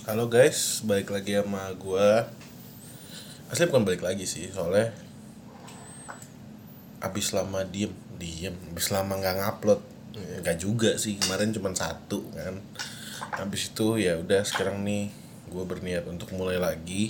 Halo guys, balik lagi sama gua. Asli bukan balik lagi sih, soalnya abis lama abis lama nggak ngupload. Nggak juga sih, kemarin cuma satu kan. Abis itu ya udah sekarang nih gua berniat untuk mulai lagi.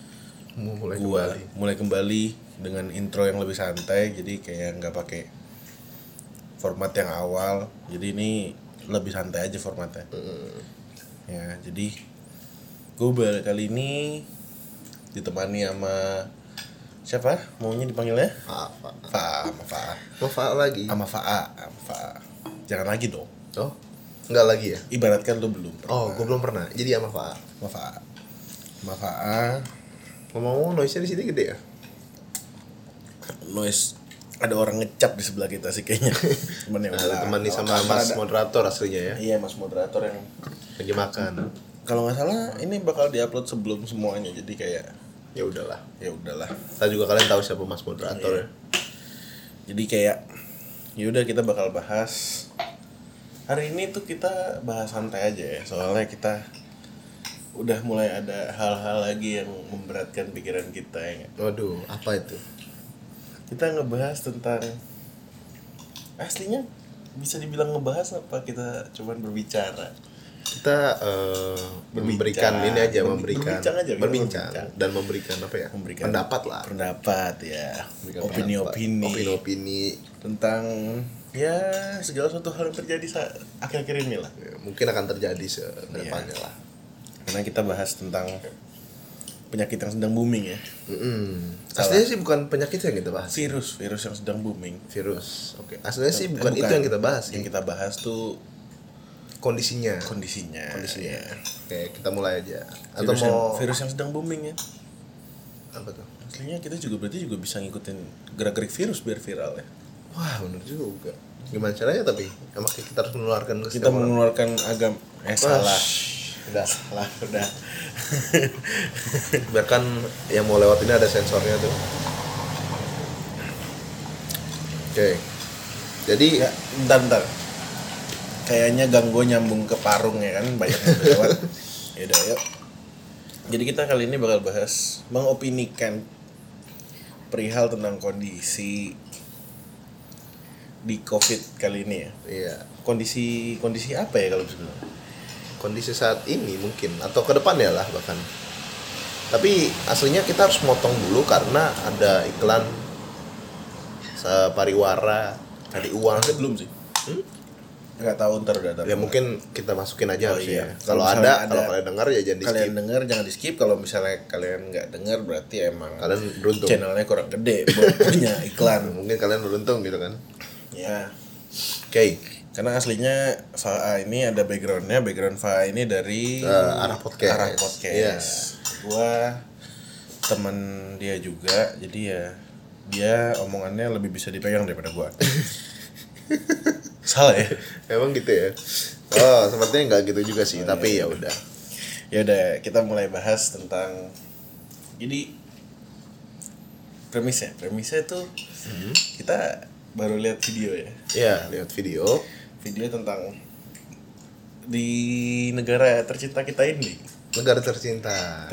Mulai kembali dengan intro yang lebih santai, jadi kayak nggak pakai format yang awal. Jadi ini lebih santai aja formatnya. Ya, jadi gue kali ini ditemani sama siapa? Maunya dipanggilnya? Fa lagi. Sama Fa. Jangan lagi dong. Oh, enggak lagi ya? Ibaratkan lu belum pernah. Oh, gue belum pernah. Jadi sama Fa. Sama Fa. Ngomong-ngomong, noise-nya di sini gede ya? Noise, ada orang ngecap di sebelah kita sih kayaknya. Cuman ya udah. Ditemani sama Mas moderator aslinya ya. Iya, Mas moderator yang Lagi makan. kalau nggak salah ini bakal diupload sebelum semuanya, jadi kayak Ya udahlah. Kita juga kalian tahu siapa Mas moderator ya. Jadi kayak yaudah kita bakal bahas hari ini tuh, kita bahas santai aja ya, soalnya kita udah mulai ada hal-hal lagi yang memberatkan pikiran kita ya. Waduh, apa itu? Kita ngebahas tentang, aslinya bisa dibilang ngebahas apa kita cuman berbicara. Kita berbincang berbincang dan memberikan apa ya? Pendapat ya, opini tentang ya segala suatu hal yang terjadi akhir-akhir ini lah. Ya, mungkin akan terjadi ke depannya lah. Karena kita bahas tentang penyakit yang sedang booming ya. Aslinya sih bukan penyakit yang kita bahas. Virus yang sedang booming. Oke. Aslinya sih bukan itu yang kita bahas. Yang kita bahas tuh kondisinya. Ya. Oke, kita mulai aja. Virus yang sedang booming ya. Apa tuh? Aslinya kita berarti juga bisa ngikutin gerak-gerik virus biar viral ya. Wah, bener juga. Gimana caranya tapi? Emang kita harus menularkan ke kita menularkan agama. Salah. Udah. Bahkan yang mau lewat ini ada sensornya tuh. Oke. Jadi ya, bentar. Kayaknya gang gue nyambung ke Parung ya kan, banyak yang lewat. Yaudah, yuk. Jadi kita kali ini bakal bahas, mengopinikan perihal tentang kondisi di COVID kali ini ya. Iya. Kondisi apa ya kalau sebenarnya? Kondisi saat ini mungkin atau ke depan ya lah bahkan. Tapi aslinya kita harus motong dulu karena ada iklan pariwara cari uang. Belum sih. Nggak tahu, ntar udah ada. Ya mungkin kita masukin aja harusnya. Iya. Kalau kalian dengar ya jangan di skip. Kalian dengar jangan di skip. Kalau misalnya kalian nggak dengar berarti emang kalian beruntung. Channelnya kurang gede buat punya iklan. Mungkin kalian beruntung gitu kan. Ya. Oke. Karena aslinya Fa ini ada backgroundnya. Background Fa ini dari arah podcast. Yeah. Gua teman dia juga. Jadi ya dia omongannya lebih bisa dipegang daripada gua. Salah ya? Emang gitu ya? Oh, sepertinya nggak gitu juga sih, tapi ya udah. Ya udah, kita mulai bahas tentang. Jadi premisnya tuh kita baru lihat video ya. Iya, lihat video tentang di negara tercinta kita ini. Negara tercinta.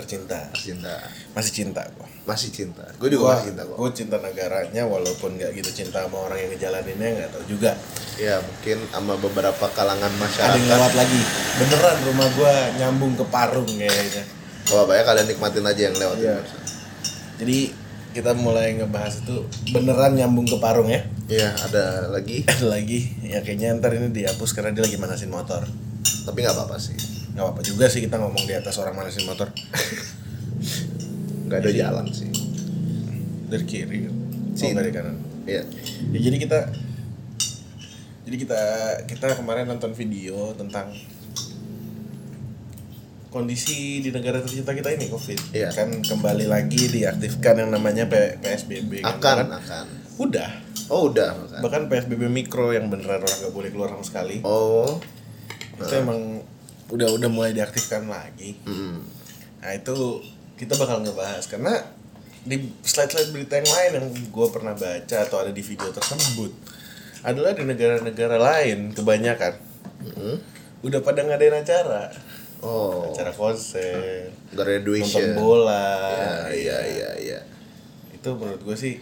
Masih cinta. Gue juga masih cinta kok. Gue cinta negaranya walaupun nggak gitu cinta sama orang yang ngejalaninnya, nggak tahu juga. Ya mungkin sama beberapa kalangan masyarakat. Ada yang lewat lagi. Beneran rumah gue nyambung ke Parung kayaknya. Kalau ya kalian nikmatin aja yang lewat. Iya. Jadi kita mulai ngebahas itu beneran nyambung ke Parung ya. Iya, ada lagi. Ya kayaknya ntar ini dihapus karena dia lagi manasin motor. Tapi nggak apa-apa sih. Nggak apa-apa juga sih kita ngomong di atas orang manasin motor. Nggak ada jalan sih. Dari kiri. Dari kanan. Iya. Ya, jadi kita kemarin nonton video tentang kondisi di negara tercinta kita ini COVID. Iya. Kan kembali lagi diaktifkan yang namanya PSBB. Akan. Udah. Oh udah. Bahkan PSBB mikro yang beneran orang nggak boleh keluar sama sekali. Oh. Itu emang udah mulai diaktifkan lagi. Nah itu kita bakal ngebahas karena di slide berita yang lain yang gue pernah baca atau ada di video tersebut adalah di negara-negara lain kebanyakan udah pada ngadain acara. acara konser, graduation, nonton bola. iya. Itu menurut gue sih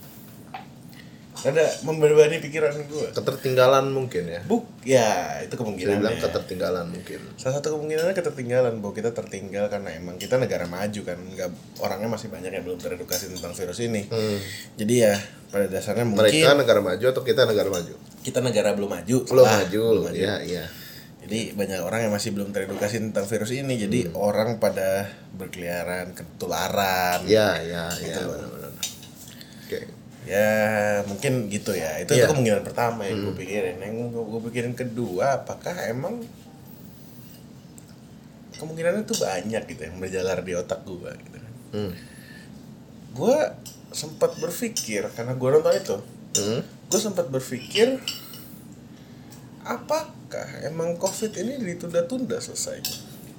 ada membebani pikiran gue. Ketertinggalan mungkin ya. Ya itu kemungkinan. Bilang ketertinggalan mungkin. Salah satu kemungkinannya ketertinggalan, bahwa kita tertinggal karena emang kita negara maju kan, nggak, orangnya masih banyak yang belum teredukasi tentang virus ini. Jadi ya pada dasarnya mungkin mereka negara maju atau kita negara maju? Kita negara belum maju. Belum maju. Iya. Jadi banyak orang yang masih belum teredukasi tentang virus ini. Jadi orang pada berkeliaran, ketularan. Iya, benar-benar. Oke. Ya mungkin gitu ya. Itu kemungkinan pertama yang gue pikirin. Yang gue pikirin kedua, apakah emang kemungkinannya tuh banyak gitu yang berjalar di otak gue gitu kan. Gue sempat berpikir karena gue nonton itu. Gue sempat berpikir, apakah emang COVID ini ditunda-tunda selesainya?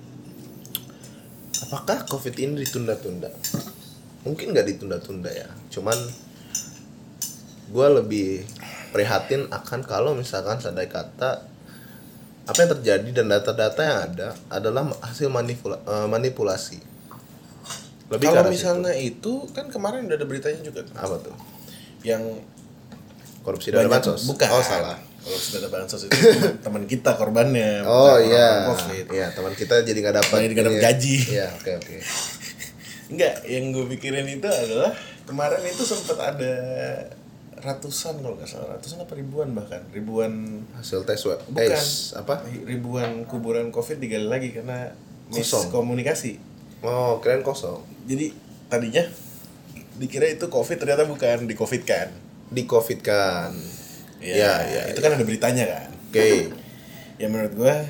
Apakah COVID ini ditunda-tunda? Mungkin nggak ditunda-tunda ya. Cuman gue lebih prihatin akan kalau misalkan sadai kata apa yang terjadi dan data-data yang ada adalah hasil manipulasi. Lebih kalau misalnya itu kan kemarin udah ada beritanya juga tuh. Apa tuh? Yang korupsi dana bansos. Bukan. Oh salah. Korupsi dana bansos itu teman kita korbannya. Oh iya. COVID. Iya, teman kita jadi nggak dapat gaji. Iya, oke. Enggak, yang gue pikirin itu adalah kemarin itu sempat ada ratusan kalau nggak salah, ratusan apa ribuan, bahkan ribuan hasil tes web. Bukan apa? Ribuan kuburan COVID digali lagi karena miskomunikasi. Oh, keren kosong. Jadi tadinya dikira itu COVID, ternyata bukan, di-COVID-kan. Iya. Itu kan ada beritanya kan. Oke. Ya menurut gue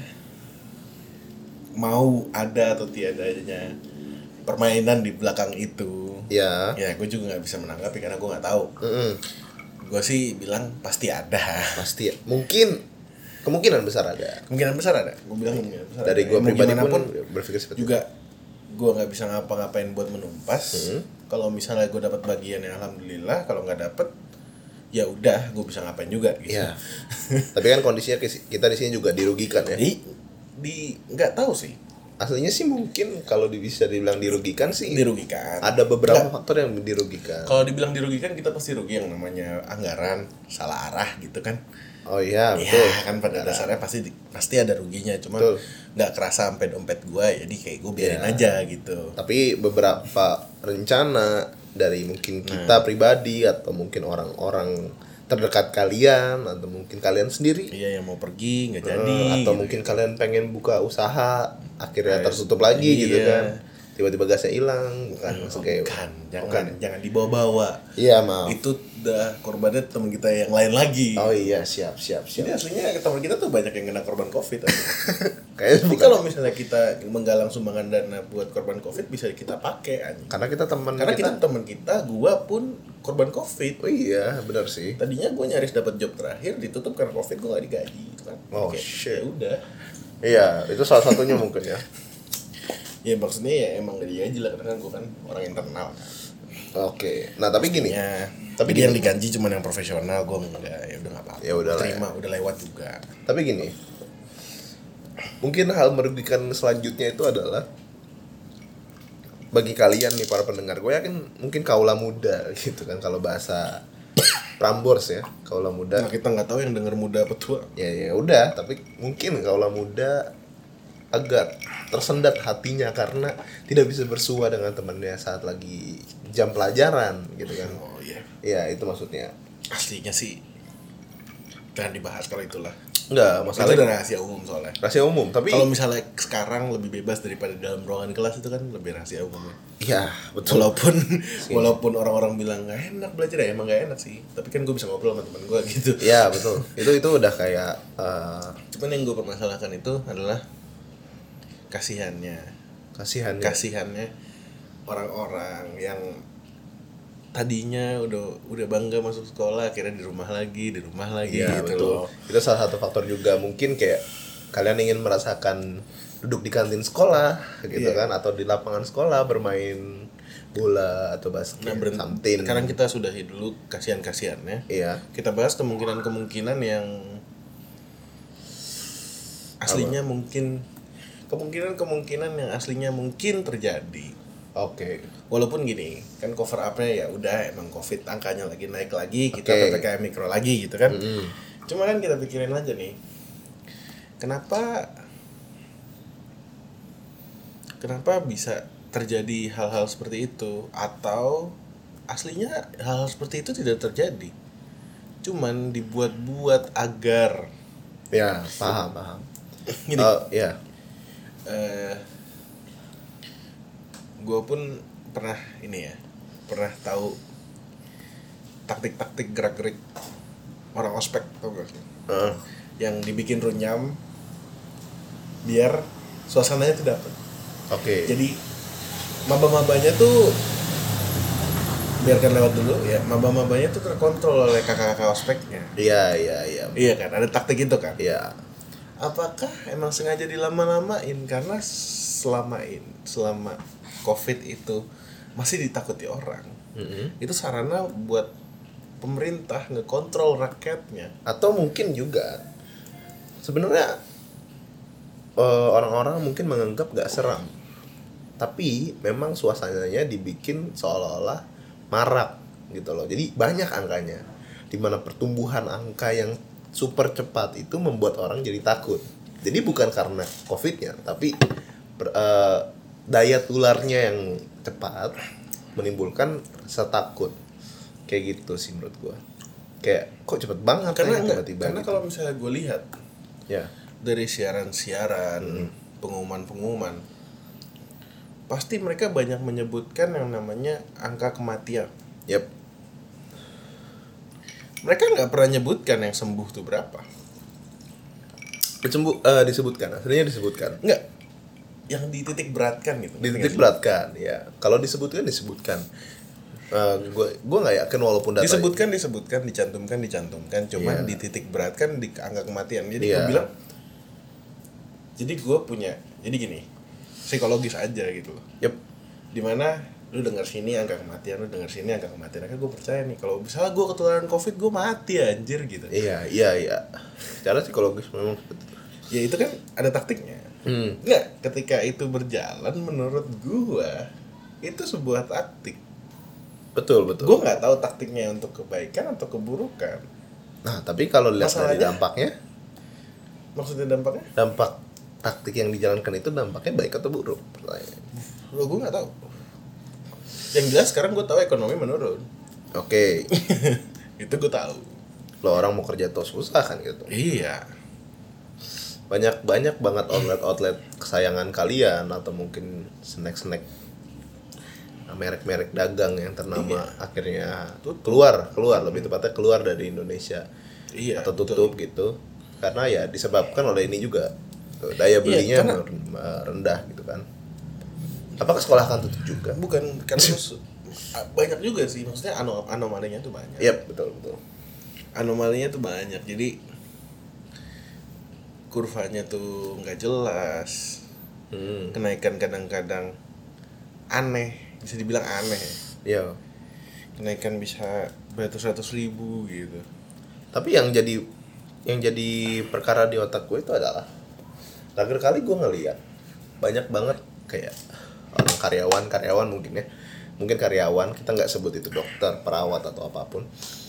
mau ada atau tiadanya permainan di belakang itu. Ya gue juga nggak bisa menanggapi karena gue nggak tahu. Gue sih bilang pasti ada. Pasti ya. Kemungkinan besar ada. Gue bilang kemungkinan besar. Dari gue pribadi pun berpikir seperti juga itu. Gue nggak bisa ngapa-ngapain buat menumpas. Kalau misalnya gue dapat bagian ya alhamdulillah, kalau nggak dapat ya udah gue bisa ngapain juga gitu. Ya. Tapi kan kondisinya kita di sini juga dirugikan ya. Nggak tahu sih. Aslinya sih mungkin kalau bisa dibilang dirugikan sih. Dirugikan. Ada beberapa faktor yang dirugikan. Kalau dibilang dirugikan kita pasti rugi, yang namanya anggaran salah arah gitu kan. Oh iya, betul. Ya kan pada dasarnya pasti ada ruginya, cuma nggak kerasa sampai dompet gue, jadi kayak gue biarin aja gitu. Tapi beberapa rencana dari mungkin kita pribadi atau mungkin orang-orang terdekat kalian atau mungkin kalian sendiri yang mau pergi nggak jadi atau gitu, mungkin kalian pengen buka usaha akhirnya tertutup lagi gitu kan, tiba-tiba gasnya hilang, jangan dibawa-bawa. Iya, maaf, itu udah korbannya teman kita yang lain lagi. Oh iya, siap. Jadi aslinya teman kita tuh banyak yang kena korban COVID. Kayaknya kalau misalnya kita menggalang sumbangan dana buat korban COVID bisa kita pakai aja. Karena kita teman kita, gua pun korban COVID. Oh iya, benar sih. Tadinya gua nyaris dapat job terakhir, ditutup karena COVID, gua nggak digaji gitu kan. Oh shit. Ya udah. Iya, itu salah satunya mungkin ya. Ya maksudnya ya emang gak digaji lah, karena kan gua kan orang internal. Oke. Nah, tapi gini. Tapi dia yang digaji cuma yang profesional, gue enggak, ya udah nggak apa-apa. Ya udah terima, udah lewat juga. Tapi gini, mungkin hal merugikan selanjutnya itu adalah bagi kalian nih para pendengar, gue yakin mungkin kaula muda gitu kan, kalau bahasa Prambors ya, kaula muda. Nah, kita nggak tahu yang denger muda apa tua. Ya udah, tapi mungkin kaula muda agak tersendat hatinya karena tidak bisa bersua dengan temannya saat lagi jam pelajaran gitu kan. Oh iya. Ya itu maksudnya. Aslinya sih jangan dibahas kalau itulah. Enggak, masalah itu udah rahasia umum soalnya. Rahasia umum, tapi kalau misalnya sekarang lebih bebas daripada dalam ruangan kelas itu kan lebih rahasia umum. Iya, betul. Walaupun orang-orang bilang nggak enak belajar, ya emang nggak enak sih. Tapi kan gue bisa ngobrol sama teman gue gitu. Iya, betul. Itu udah kayak cuman yang gue permasalahkan itu adalah kasihannya orang-orang yang tadinya udah bangga masuk sekolah, akhirnya di rumah lagi ya, gitu betul. loh. Itu salah satu faktor juga, mungkin kayak kalian ingin merasakan duduk di kantin sekolah gitu kan, atau di lapangan sekolah bermain bola atau basket. Sekarang kita sudahi dulu kasihan-kasihannya. Iya. Kita bahas kemungkinan yang aslinya mungkin kemungkinan yang aslinya mungkin terjadi. Oke. Walaupun gini, kan cover up-nya ya udah emang Covid angkanya lagi naik lagi, kita Oke. PPKM mikro lagi gitu kan. Mm-mm. Cuma kan kita pikirin aja nih. Kenapa bisa terjadi hal-hal seperti itu, atau aslinya hal-hal seperti itu tidak terjadi. Cuman dibuat-buat agar Ya, paham. gini. Ya. Gue pun pernah tahu taktik-taktik gerak-gerik orang ospek, tau gak sih? Yang dibikin runyam biar suasananya tuh dapet. Oke. Jadi maba-mabanya tuh biarkan lewat dulu ya, maba-mabanya tuh terkontrol oleh kakak-kakak ospeknya. Iya. Iya kan, ada taktik itu kan. Iya. Apakah emang sengaja dilama-lamain karena selama Covid itu masih ditakuti orang? Itu sarana buat pemerintah ngekontrol rakyatnya. Atau mungkin juga sebenarnya orang-orang mungkin menganggap gak seram, tapi memang suasananya dibikin seolah-olah marak gitu loh. Jadi banyak angkanya, dimana pertumbuhan angka yang super cepat itu membuat orang jadi takut. Jadi bukan karena Covid-nya, tapi daya tularnya yang cepat menimbulkan rasa takut. Kayak gitu sih menurut gua. Kayak kok cepet banget Karena tiba-tiba gitu. kalau misalnya gue lihat Ya. dari siaran-siaran, pengumuman-pengumuman, pasti mereka banyak menyebutkan yang namanya angka kematian. Yep. Mereka nggak pernah nyebutkan yang sembuh tuh berapa. Disebutkan, aslinya disebutkan. Nggak, yang dititik beratkan gitu. Dititik beratkan, ya. Kalau disebutkan. Gue nggak yakin walaupun data disebutkan, dicantumkan, cuman Iya. dititik beratkan di angka kematian. Jadi Iya. gue bilang, jadi gini, psikologis aja gitu loh. Yep. Dimana lu dengar sini angka kematian, akhirnya gue percaya nih kalau misalnya gue ketularan Covid, gue mati anjir gitu. Iya. Secara psikologis memang seperti itu. Ya itu kan ada taktiknya. Nggak, ketika itu berjalan menurut gue itu sebuah taktik. Betul. Gue nggak tahu taktiknya untuk kebaikan atau keburukan. Nah, tapi kalau lihat dari Masalahnya- dampaknya, Maksudnya dampaknya? dampak taktik yang dijalankan itu dampaknya baik atau buruk? Pertanyaannya. Lo gue nggak tahu. Yang jelas sekarang gue tahu ekonomi menurun. Oke. Itu gue tahu. Lo orang mau kerja tuh susah kan gitu. Iya. Banyak banget outlet kesayangan kalian atau mungkin snack merek-merek dagang yang ternama akhirnya keluar lebih tepatnya keluar dari Indonesia. Iya. Atau tutup gitu karena ya disebabkan oleh ini juga daya belinya rendah gitu kan. Apakah sekolah akan tutup juga? Bukan karena banyak juga sih, maksudnya anomalinya tuh banyak. Yep, betul. Anomalinya tuh banyak, jadi kurvanya tuh nggak jelas. Kenaikan kadang-kadang aneh, bisa dibilang aneh. Iya. Kenaikan bisa beratus-ratus ribu gitu. Tapi yang jadi perkara di otak gue itu adalah terakhir kali gue ngeliat banyak banget kayak orang karyawan mungkin karyawan, kita nggak sebut itu dokter, perawat atau apapun,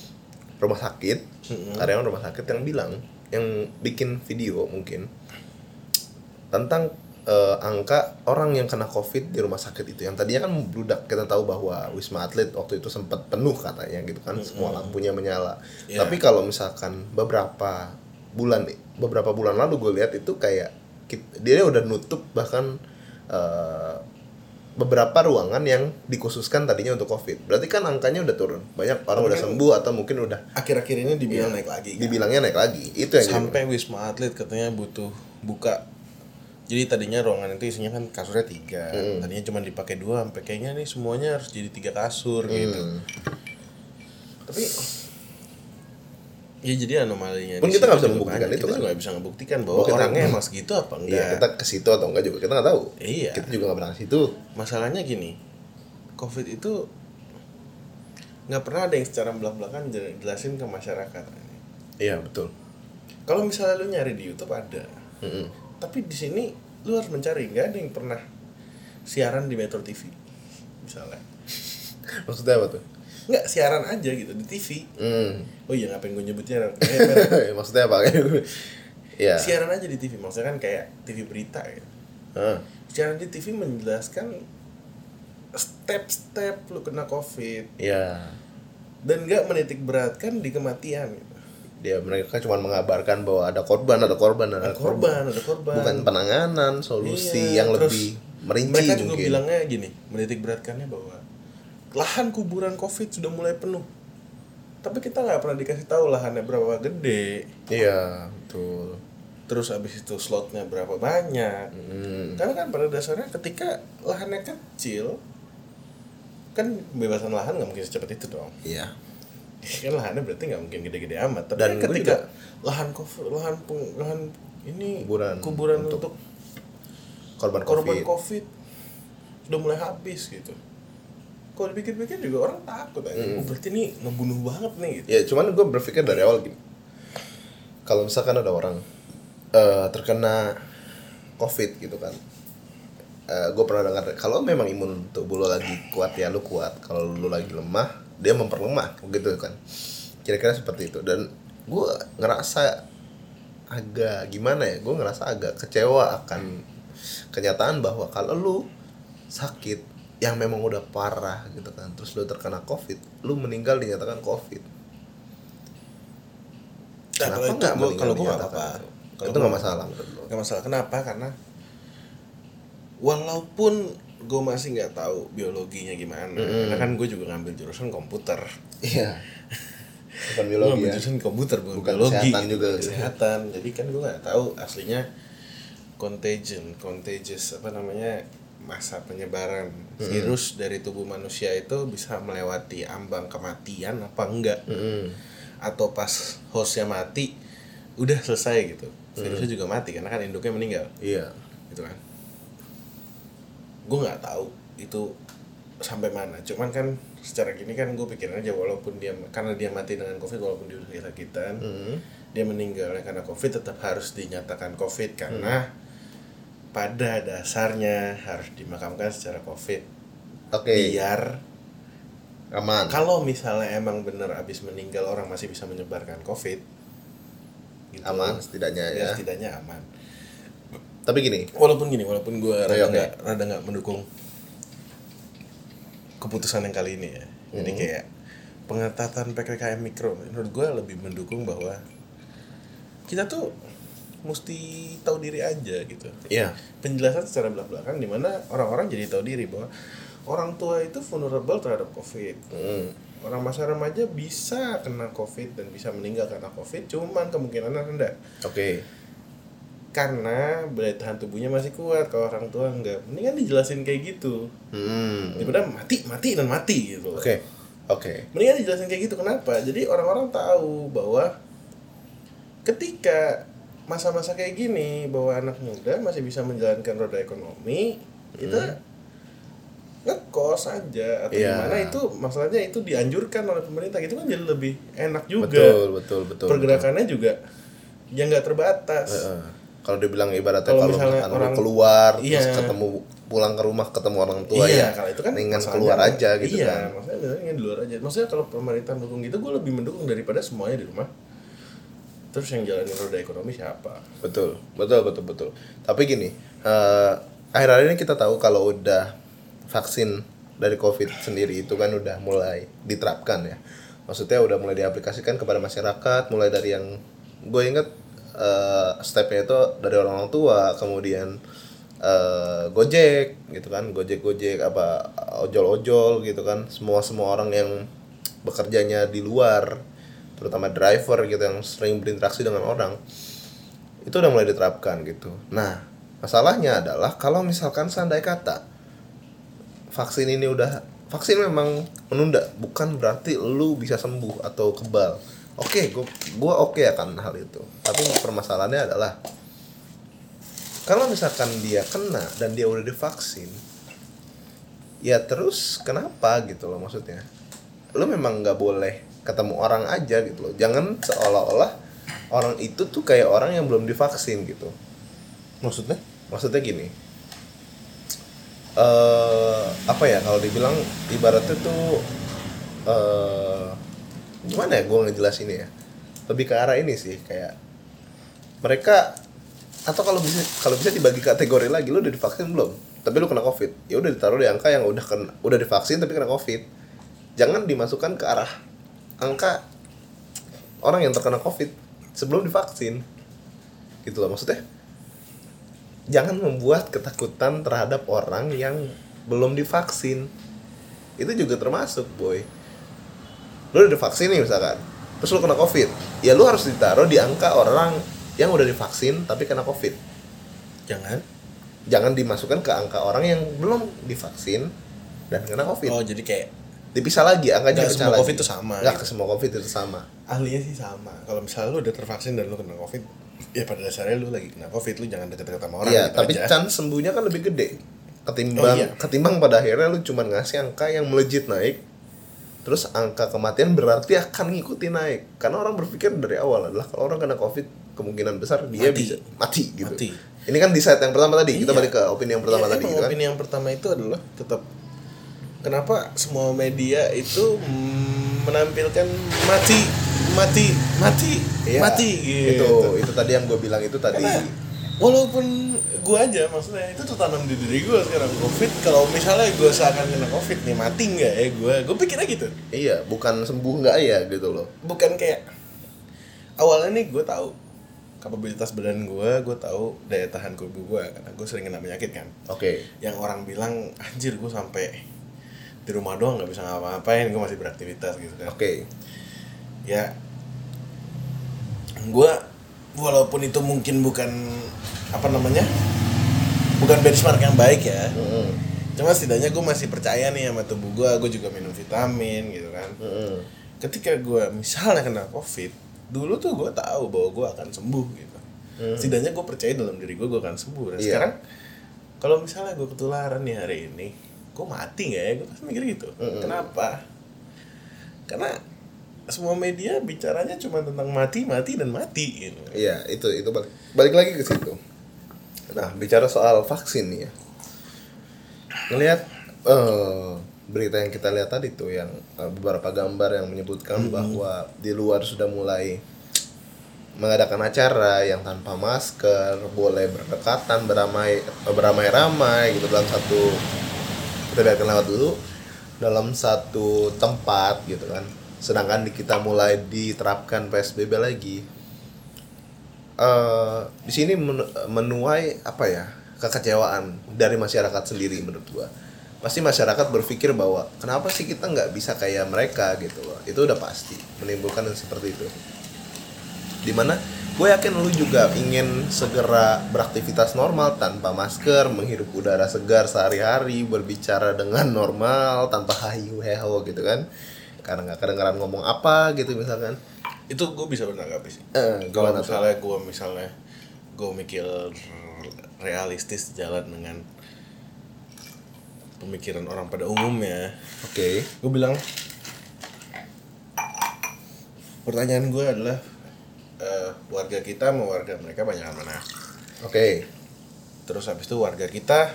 karyawan rumah sakit yang bikin video mungkin tentang angka orang yang kena Covid di rumah sakit itu yang tadinya kan membludak. Kita tahu bahwa Wisma Atlet waktu itu sempat penuh katanya gitu kan, semua lampunya menyala. Yeah. Tapi kalau misalkan beberapa bulan lalu gue lihat itu kayak dia udah nutup bahkan beberapa ruangan yang dikhususkan tadinya untuk Covid. Berarti kan angkanya udah turun. Banyak orang udah sembuh atau mungkin udah Akhir-akhir ini dibilang naik lagi kan? dibilangnya naik lagi. Itu yang Sampai Wisma Atlet katanya butuh buka. Jadi tadinya ruangan itu isinya kan kasurnya 3. Tadinya cuma dipakai 2, sampai kayaknya nih semuanya harus jadi 3 kasur gitu. Tapi ya jadi anomalinya Pun di kita situ nggak bisa juga membuktikan banyak. itu Kita kan? juga nggak bisa ngebuktikan bahwa Kita- orangnya emang segitu apa Iya, enggak. kita ke situ atau enggak juga kita nggak tahu. Iya. Kita juga nggak pernah ke situ. Masalahnya gini, Covid itu nggak pernah ada yang secara belak-belakan jelasin ke masyarakat. Iya, betul. Kalau misalnya lu nyari di YouTube ada, tapi di sini lu harus mencari. Nggak ada yang pernah siaran di Metro TV misalnya. Maksudnya apa tuh? Nggak, siaran aja gitu di TV. Oh iya, ngapain gue nyebutnya? Maksudnya apa? Ya. Siaran aja di TV, maksudnya kan kayak TV berita gitu. Siaran di TV menjelaskan step-step lu kena COVID. Ya. Dan nggak menitik beratkan di kematian gitu. Mereka cuma mengabarkan bahwa ada korban. Ada korban. Bukan penanganan, solusi yang terus lebih merinci mereka mungkin. juga bilangnya gini, menitik beratkannya bahwa lahan kuburan COVID sudah mulai penuh. Tapi kita nggak pernah dikasih tahu lahannya berapa gede. Iya, betul. Terus abis itu slotnya berapa banyak. Karena kan pada dasarnya ketika lahannya kecil, kan pembebasan lahan nggak mungkin secepat itu dong. Iya. Kan lahannya berarti nggak mungkin gede-gede amat. Tapi Dan kan ketika lahan ini kuburan untuk korban COVID sudah mulai habis gitu. Kalau dipikir-pikir juga orang takut aja. Berarti ini ngebunuh banget nih gitu. Ya, cuman gue berpikir dari awal gini. Kalau misalkan ada orang terkena COVID gitu kan, gue pernah dengar kalau memang imun tubuh lo lagi kuat ya lu kuat, kalau lu lagi lemah dia memperlemah gitu kan, kira-kira seperti itu. Dan gue ngerasa agak gimana ya, gue ngerasa agak kecewa akan kenyataan bahwa kalau lu sakit yang memang udah parah gitu kan, terus lu terkena COVID, lu meninggal dinyatakan COVID. Kenapa nggak? Kalau gue nggak apa-apa. Itu nggak masalah menurut lo? Nggak masalah. Kenapa? Karena walaupun gue masih nggak tahu biologinya gimana, karena kan gue juga ngambil jurusan komputer. Iya. Bukan biologi ya. Jurusan komputer bukan biologi. Kesehatan juga. Kesehatan. Jadi kan gue nggak tahu aslinya contagious apa namanya, masa penyebaran virus dari tubuh manusia itu bisa melewati ambang kematian apa enggak, atau pas hostnya mati udah selesai gitu, virusnya juga mati karena kan induknya meninggal. Iya, gitu kan. Gue nggak tahu itu sampai mana, cuman kan secara gini kan gue pikirin aja, walaupun karena dia mati dengan COVID, walaupun dia udah sakit-sakitan, dia meninggalnya karena COVID, tetap harus dinyatakan COVID karena pada dasarnya harus dimakamkan secara COVID. Biar aman. Kalau misalnya emang bener abis meninggal orang masih bisa menyebarkan COVID, gitu, aman setidaknya ya. Setidaknya aman. Tapi gini, walaupun gue rada nggak mendukung keputusan yang kali ini ya. Jadi kayak pengetatan PPKM mikro, menurut gue lebih mendukung bahwa kita tuh mesti tahu diri aja gitu. Iya. Penjelasan secara belak-belakan di mana orang-orang jadi tahu diri bahwa orang tua itu vulnerable terhadap COVID. Orang masa remaja bisa kena COVID dan bisa meninggal karena COVID, cuman kemungkinannya rendah. Karena daya tahan tubuhnya masih kuat. Kalau orang tua enggak, mendingan dijelasin kayak gitu. Daripada mati gitu. Mendingan dijelasin kayak gitu. Kenapa? Jadi orang-orang tahu bahwa ketika masa-masa kayak gini, bahwa anak muda masih bisa menjalankan roda ekonomi, kita ngekos aja atau gimana, itu masalahnya itu dianjurkan oleh pemerintah, gitu kan jadi lebih enak juga. Betul. Pergerakannya juga ya nggak terbatas. Kalau dibilang ibaratnya kalau misalkan orang keluar terus ketemu pulang ke rumah ketemu orang tua kalau itu kan dengan keluar aja gitu kan. Maksudnya di luar aja. Maksudnya kalau pemerintah mendukung gitu, gue lebih mendukung daripada semuanya di rumah. Terus yang jalanin roda ekonomi siapa? Betul. Tapi gini, akhir-akhir ini kita tahu kalau udah vaksin dari COVID sendiri itu kan udah mulai diterapkan ya. Maksudnya udah mulai diaplikasikan kepada masyarakat, mulai dari yang gue inget stepnya itu dari orang tua, kemudian Gojek gitu kan, Gojek apa ojol gitu kan, semua orang yang bekerjanya di luar, terutama driver gitu yang sering berinteraksi dengan orang, itu udah mulai diterapkan gitu. Nah, masalahnya adalah kalau misalkan seandainya kata vaksin memang menunda, bukan berarti lu bisa sembuh atau kebal. Gue oke akan hal itu. Tapi permasalahannya adalah kalau misalkan dia kena dan dia udah divaksin, ya terus kenapa gitu loh, maksudnya lu memang nggak boleh ketemu orang aja gitu loh. Jangan seolah-olah orang itu tuh kayak orang yang belum divaksin gitu. Maksudnya? Maksudnya gini, apa ya kalau dibilang ibaratnya tuh gimana ya gue ngejelasin ya, lebih ke arah ini sih, kayak mereka, atau kalau bisa dibagi kategori lagi, lu udah divaksin belum tapi lu kena covid, ya udah ditaruh di angka yang udah divaksin tapi kena covid. Jangan dimasukkan ke arah angka orang yang terkena covid sebelum divaksin gitu loh. Maksudnya jangan membuat ketakutan terhadap orang yang belum divaksin. Itu juga termasuk, boy. Lu udah divaksin nih misalkan, terus lu kena covid, ya lu harus ditaruh di angka orang yang udah divaksin tapi kena covid. Jangan dimasukkan ke angka orang yang belum divaksin dan kena covid. Oh, jadi kayak dipisah lagi, angkanya dipisah lagi. Covid itu sama. Nggak ke semua covid itu sama. Ahlinya sih sama. Kalau misalnya lu udah tervaksin dan lu kena covid, ya pada dasarnya lu lagi kena covid, lu jangan deket-deket sama orang. Iya, gitu tapi aja. chance sembuhnya kan lebih gede ketimbang pada akhirnya lu cuma ngasih angka yang melejit naik, terus angka kematian berarti akan ngikutin naik. Karena orang berpikir dari awal adalah kalau orang kena covid kemungkinan besar dia bisa mati gitu. Ini kan di slide yang pertama tadi, kita balik ke opini yang pertama tadi gitu kan. Opini yang pertama itu adalah tetap kenapa semua media itu menampilkan mati gitu. Itu tadi yang gue bilang itu tadi. Karena walaupun gue aja maksudnya itu tuh tanam di diri gue sekarang, covid kalau misalnya gue seakan kena covid nih, mati nggak ya gue pikirnya gitu. Iya, bukan sembuh nggak ya gitu loh. Bukan kayak awalnya nih gue tahu kapabilitas badan gue tahu daya tahan tubuh gue karena gue sering kena penyakit kan. Oke. Yang orang bilang anjir gue sampai di rumah doang nggak bisa ngapa-ngapain, gue masih beraktivitas gitu kan. Oke. Ya gue walaupun itu mungkin bukan bukan benchmark yang baik ya, cuma setidaknya gue masih percaya nih sama tubuh gue juga minum vitamin gitu kan. Ketika gue misalnya kena covid dulu tuh gue tahu bahwa gue akan sembuh gitu. Setidaknya gue percaya dalam diri gue akan sembuh. Dan sekarang kalau misalnya gue ketularan nih hari ini, gue mati nggak ya? Gue pasti mikir gitu. Kenapa? Karena semua media bicaranya cuma tentang mati gitu. Iya, itu balik lagi ke situ. Nah, bicara soal vaksin nih ya. Ngelihat berita yang kita lihat tadi tuh yang beberapa gambar yang menyebutkan bahwa di luar sudah mulai mengadakan acara yang tanpa masker, boleh berdekatan, beramai-ramai gitu dalam satu, kita lihat lewat dulu, dalam satu tempat gitu kan. Sedangkan kita mulai diterapkan PSBB lagi. Di sini menuai kekecewaan dari masyarakat sendiri menurut gua. Pasti masyarakat berpikir bahwa kenapa sih kita nggak bisa kayak mereka gitu loh. Itu udah pasti menimbulkan yang seperti itu. Dimana gue yakin lu juga ingin segera beraktivitas normal tanpa masker, menghirup udara segar sehari-hari, berbicara dengan normal tanpa hayu heho gitu kan. Karena nggak kedengeran ngomong apa gitu misalkan. Itu gue bisa menanggapi sih. Kalau misalnya gue mikir realistis jalan dengan pemikiran orang pada umumnya. Oke. Gue bilang pertanyaan gue adalah warga kita sama warga mereka banyakan mana? Oke. Terus habis itu warga kita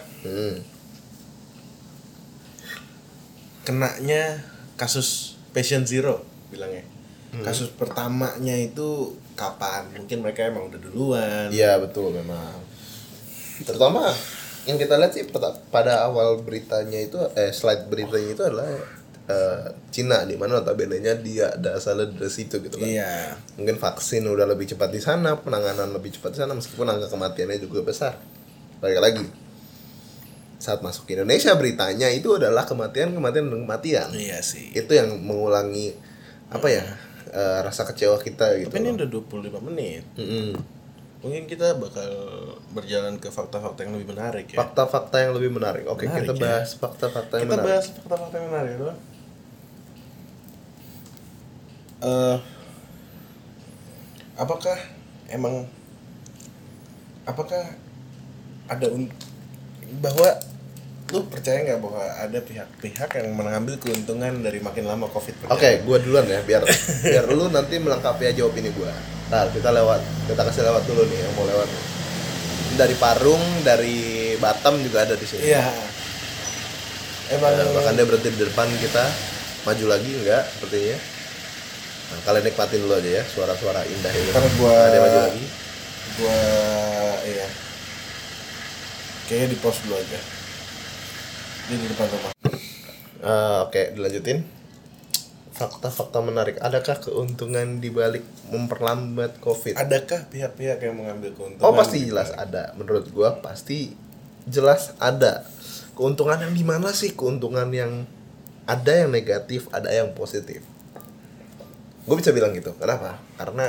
kenanya kasus patient zero bilangnya. Kasus pertamanya itu kapan? Mungkin mereka emang udah duluan. Iya betul memang. Terutama yang kita lihat sih pada awal beritanya itu slide beritanya itu adalah Cina, di mana notabene-nya dia ada asalnya dari situ gitu kan. Iya. Mungkin vaksin udah lebih cepat di sana, penanganan lebih cepat di sana meskipun angka kematiannya juga besar. Balik lagi. Saat masuk ke Indonesia beritanya itu adalah kematian. Iya sih. Itu yang mengulangi rasa kecewa kita gitu. Tapi ini udah 25 menit. Mungkin kita bakal berjalan ke fakta-fakta yang lebih menarik ya. Fakta-fakta yang lebih menarik. Oke, kita bahas fakta-fakta yang menarik. Kita bahas fakta-fakta yang menarik loh. Apakah ada bahwa lu percaya nggak bahwa ada pihak-pihak yang mengambil keuntungan dari makin lama COVID berjalan? Oke, gue duluan ya, biar lu nanti melengkapi aja opini gue. Nah, kita kasih lewat dulu nih yang mau lewat. dari Parung, dari Batam juga ada di sini. Iya. Emang Bahkan dia berhenti di depan kita, maju lagi enggak sepertinya. Nah, kalian nikmatin dulu aja ya suara-suara indah ini. Ntar gua Nah, dia maju lagi. Iya. Kayaknya di pause dulu aja. Dia di depan rumah. Oke, dilanjutin. Fakta-fakta menarik. Adakah keuntungan di balik memperlambat COVID? Adakah pihak-pihak yang mengambil keuntungan? Oh, pasti jelas ada. Menurut gua pasti jelas ada. Keuntungan yang gimana sih? Keuntungan yang ada yang negatif, ada yang positif. Gue bisa bilang gitu. Kenapa? Karena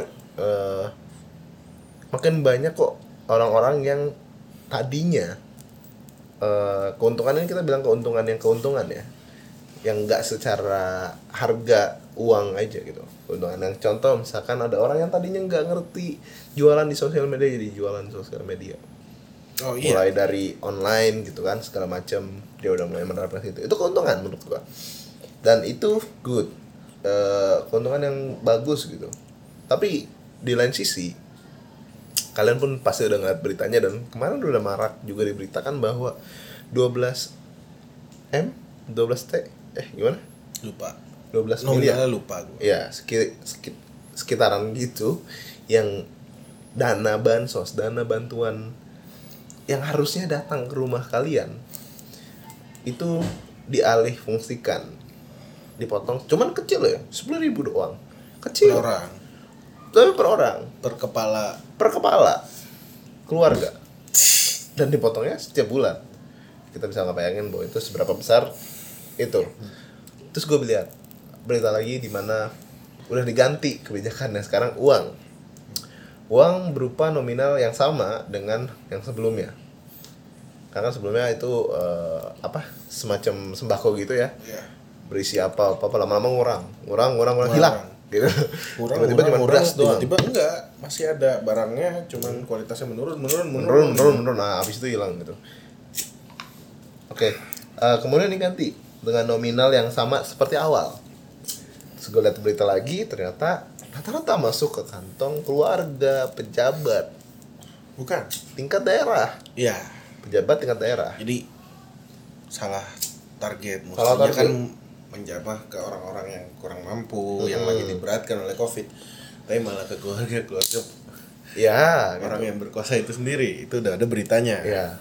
makin banyak kok orang-orang yang tadinya keuntungan ini kita bilang keuntungan ya, yang nggak secara harga uang aja gitu. Keuntungan yang contoh misalkan ada orang yang tadinya nggak ngerti jualan di sosial media jadi jualan sosial media. Oh iya. Mulai dari online gitu kan segala macam dia udah mulai menerapkan itu keuntungan menurut gua dan itu good, keuntungan yang bagus gitu. Tapi di lain sisi kalian pun pasti udah ngeliat beritanya dan kemarin udah marak juga diberitakan bahwa 12M 12T gimana? Lupa. 12 Nominalnya miliar. lupa gue. Ya, sekitaran gitu yang dana bansos, dana bantuan yang harusnya datang ke rumah kalian itu dialih fungsikan, dipotong, cuman kecil ya, 10.000 doang, kecil. Per orang. Tapi per orang, per kepala keluarga, dan dipotongnya setiap bulan. Kita bisa nggak bayangin bahwa itu seberapa besar itu. Terus gue lihat berita lagi di mana udah diganti kebijakannya, sekarang uang berupa nominal yang sama dengan yang sebelumnya. Karena sebelumnya itu semacam sembako gitu ya, berisi apa lama-lama ngurang hilang gitu. Tiba-tiba cuma beras doang. Tiba-tiba enggak, masih ada barangnya, cuman kualitasnya menurun. Nah, habis itu hilang gitu. Oke, kemudian diganti dengan nominal yang sama seperti awal. Terus gue lihat berita lagi, ternyata rata-rata masuk ke kantong keluarga, pejabat. Bukan. Tingkat daerah. Iya. Pejabat tingkat daerah. Jadi salah target. Salah Maksudnya target. kan menjamah ke orang-orang yang kurang mampu, yang lagi diberatkan oleh COVID. Tapi malah ke keluarga Ya, orang gitu. yang berkuasa itu sendiri. Itu udah ada beritanya. Ya.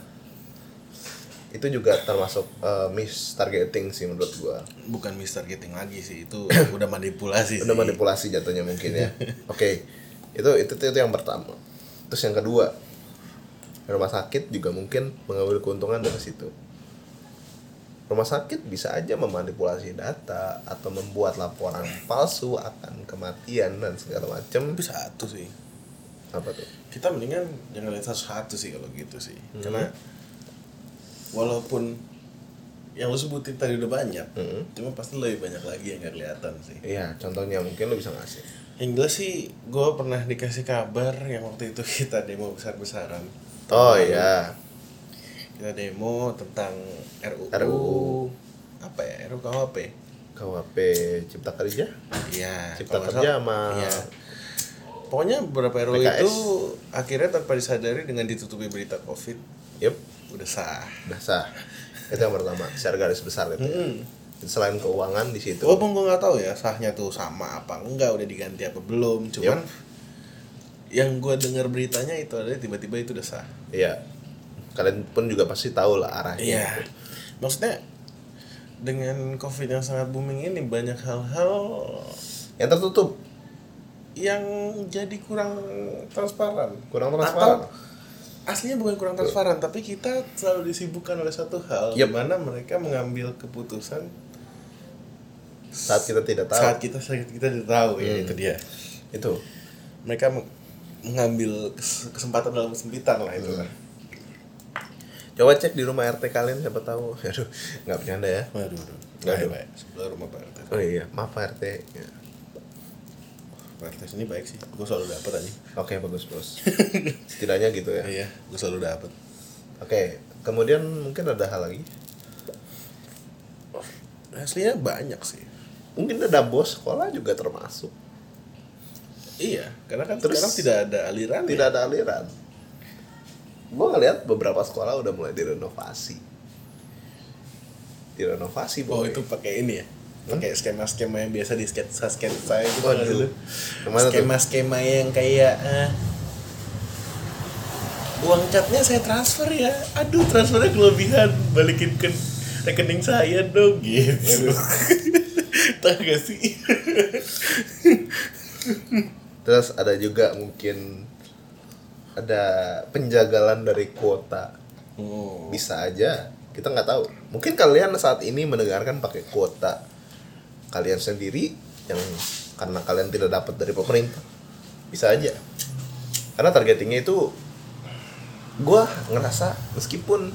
Itu juga termasuk mistargeting sih menurut gua. Bukan mistargeting lagi sih, itu udah manipulasi. Udah manipulasi jatuhnya mungkin ya. Oke. Itu yang pertama. Terus yang kedua, rumah sakit juga mungkin mengambil keuntungan dari situ. Rumah sakit bisa aja memanipulasi data atau membuat laporan palsu akan kematian dan segala macam. Tapi satu sih, Apa tuh? kita mendingan jangan lihat satu sih kalau gitu sih. Karena walaupun yang lu sebutin tadi udah banyak, cuma pasti lebih banyak lagi yang gak kelihatan sih. Iya, contohnya mungkin lo bisa ngasih. Yang jelas sih, gue pernah dikasih kabar yang waktu itu kita demo besar-besaran. Oh iya. Kita demo tentang RUU. Apa ya? RUU KUHP. KUHP Cipta Kerja. Iya. Cipta kalau Kerja nggak sama salah, iya. Pokoknya beberapa RUU PKS. itu akhirnya tanpa disadari dengan ditutupi berita COVID, Yup, udah sah. udah sah. Itu yang pertama, secara garis besar itu. Selain keuangan di situ. Walaupun gue nggak tahu ya sahnya tuh sama apa enggak, udah diganti apa belum. Cuman yang gue dengar beritanya itu adalah tiba-tiba itu udah sah. Iya. Kalian pun juga pasti tahu lah arahnya. Iya. Maksudnya dengan COVID yang sangat booming ini banyak hal-hal Yang tertutup, yang jadi kurang transparan. Atau Aslinya bukan kurang transparan, tapi kita selalu disibukkan oleh satu hal, di mana mereka mengambil keputusan saat kita tidak tahu. Saat kita tidak tahu, ya itu dia. Itu. Mereka mengambil kesempatan dalam kesempitan lah itu lah. Coba cek di rumah RT kalian, siapa tahu. Aduh, nggak bercanda ya. Waduh. Baik. Sebelah rumah Pak RT. Oh iya, maaf Pak RT. Ya. Pak RT sini baik sih. Gue selalu dapat aja. Oke, bagus bos. Setidaknya gitu ya. Iya, gue selalu dapat. Oke, kemudian mungkin ada hal lagi. Aslinya banyak sih. Mungkin ada bos sekolah juga termasuk. Iya, karena kan Terus sekarang tidak ada aliran. Tidak ada aliran. gue ngeliat beberapa sekolah udah mulai direnovasi Oh boy. itu pakai ini ya, pakai skema-skema yang biasa di sketsa saya gitu. Waduh. Gimana tuh? Skema-skema yang kayak uang catnya saya transfer ya, aduh transfernya kelebihan, balikin ke rekening saya dong gitu. Tahu gak sih? Terus ada juga mungkin ada penjagalan dari kuota. Oh. Bisa aja, kita nggak tahu. Mungkin kalian saat ini mendengarkan pakai kuota kalian sendiri yang karena kalian tidak dapat dari pemerintah. Bisa aja. Karena targetingnya itu gue ngerasa meskipun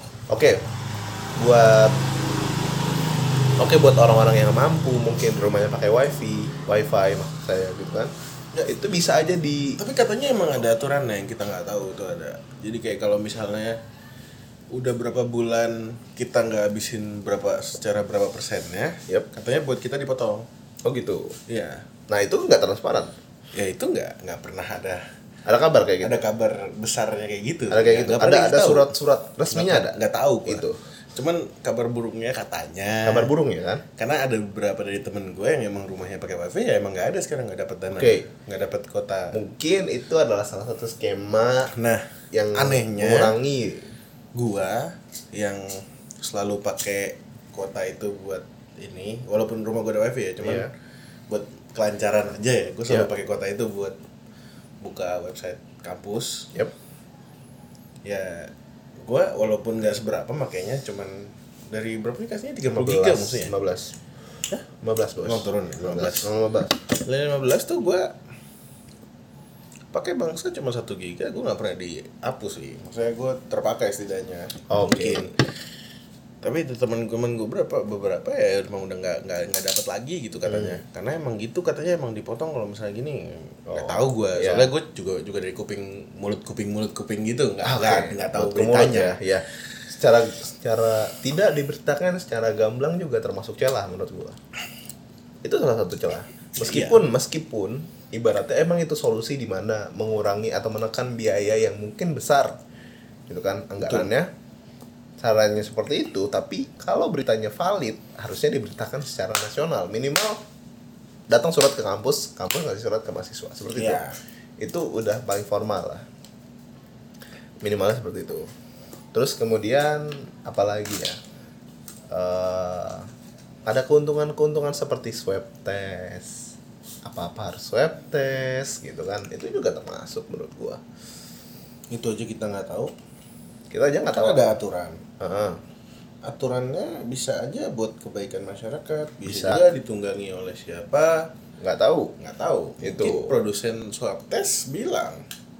buat buat orang-orang yang mampu mungkin rumahnya pakai wifi maksud saya gitu kan ya itu bisa aja Tapi katanya emang ada aturannya yang kita nggak tahu tuh ada. Jadi kayak kalau misalnya udah berapa bulan kita nggak habisin secara berapa persennya, katanya buat kita dipotong. Oh gitu. Iya. Nah itu nggak transparan. Ya itu nggak pernah Ada kabar kayak gitu. Ada kabar besarnya kayak gitu. Ada kayak gitu. Ada surat-surat resminya ada. Nggak tahu gua. Itu. Cuman kabar burungnya katanya. Kabar burung ya kan? Karena ada beberapa dari temen gue yang emang rumahnya pakai wifi ya emang nggak ada sekarang, nggak dapat dana. Nggak dapat kuota. Mungkin itu adalah salah satu skema. Nah, yang anehnya mengurangi. Gua yang selalu pakai kuota itu buat ini, walaupun rumah gue ada wifi ya, cuman buat kelancaran aja ya. Gue selalu pakai kuota itu buat buka website kampus. Ya gue walaupun nggak seberapa makanya cuman dari berapa nih kasihnya 30 giga maksudnya 15 bos. Mau turun 15 tuh gue pakai bangsa cuma 1 giga, gue nggak pernah dihapus sih, maksudnya gue terpakai setidaknya. Mungkin tapi itu teman-teman gue beberapa ya emang udah nggak dapat lagi gitu katanya. Karena emang gitu katanya, emang dipotong kalau misalnya gini. Nggak tahu gue, soalnya gue juga dari kuping mulut gitu, nggak tahu beritanya ya. Secara tidak diberitakan secara gamblang juga termasuk celah menurut gue. Itu salah satu celah. Meskipun ibaratnya emang itu solusi di mana mengurangi atau menekan biaya yang mungkin besar gitu kan anggarannya. Caranya seperti itu, tapi kalau beritanya valid harusnya diberitakan secara nasional. Minimal datang surat ke kampus ngasih surat ke mahasiswa seperti itu. Itu udah paling formal lah. Minimalnya seperti itu. Terus kemudian apalagi ya? Ada keuntungan seperti swab test. Apa-apa harus swab test gitu kan. Itu juga termasuk menurut gua. Itu aja kita nggak tahu. Kita aja nggak tahu. Ada aturan. Aturannya bisa aja buat kebaikan masyarakat, bisa juga ditunggangi oleh siapa, nggak tahu. Itu mungkin produsen swab test bilang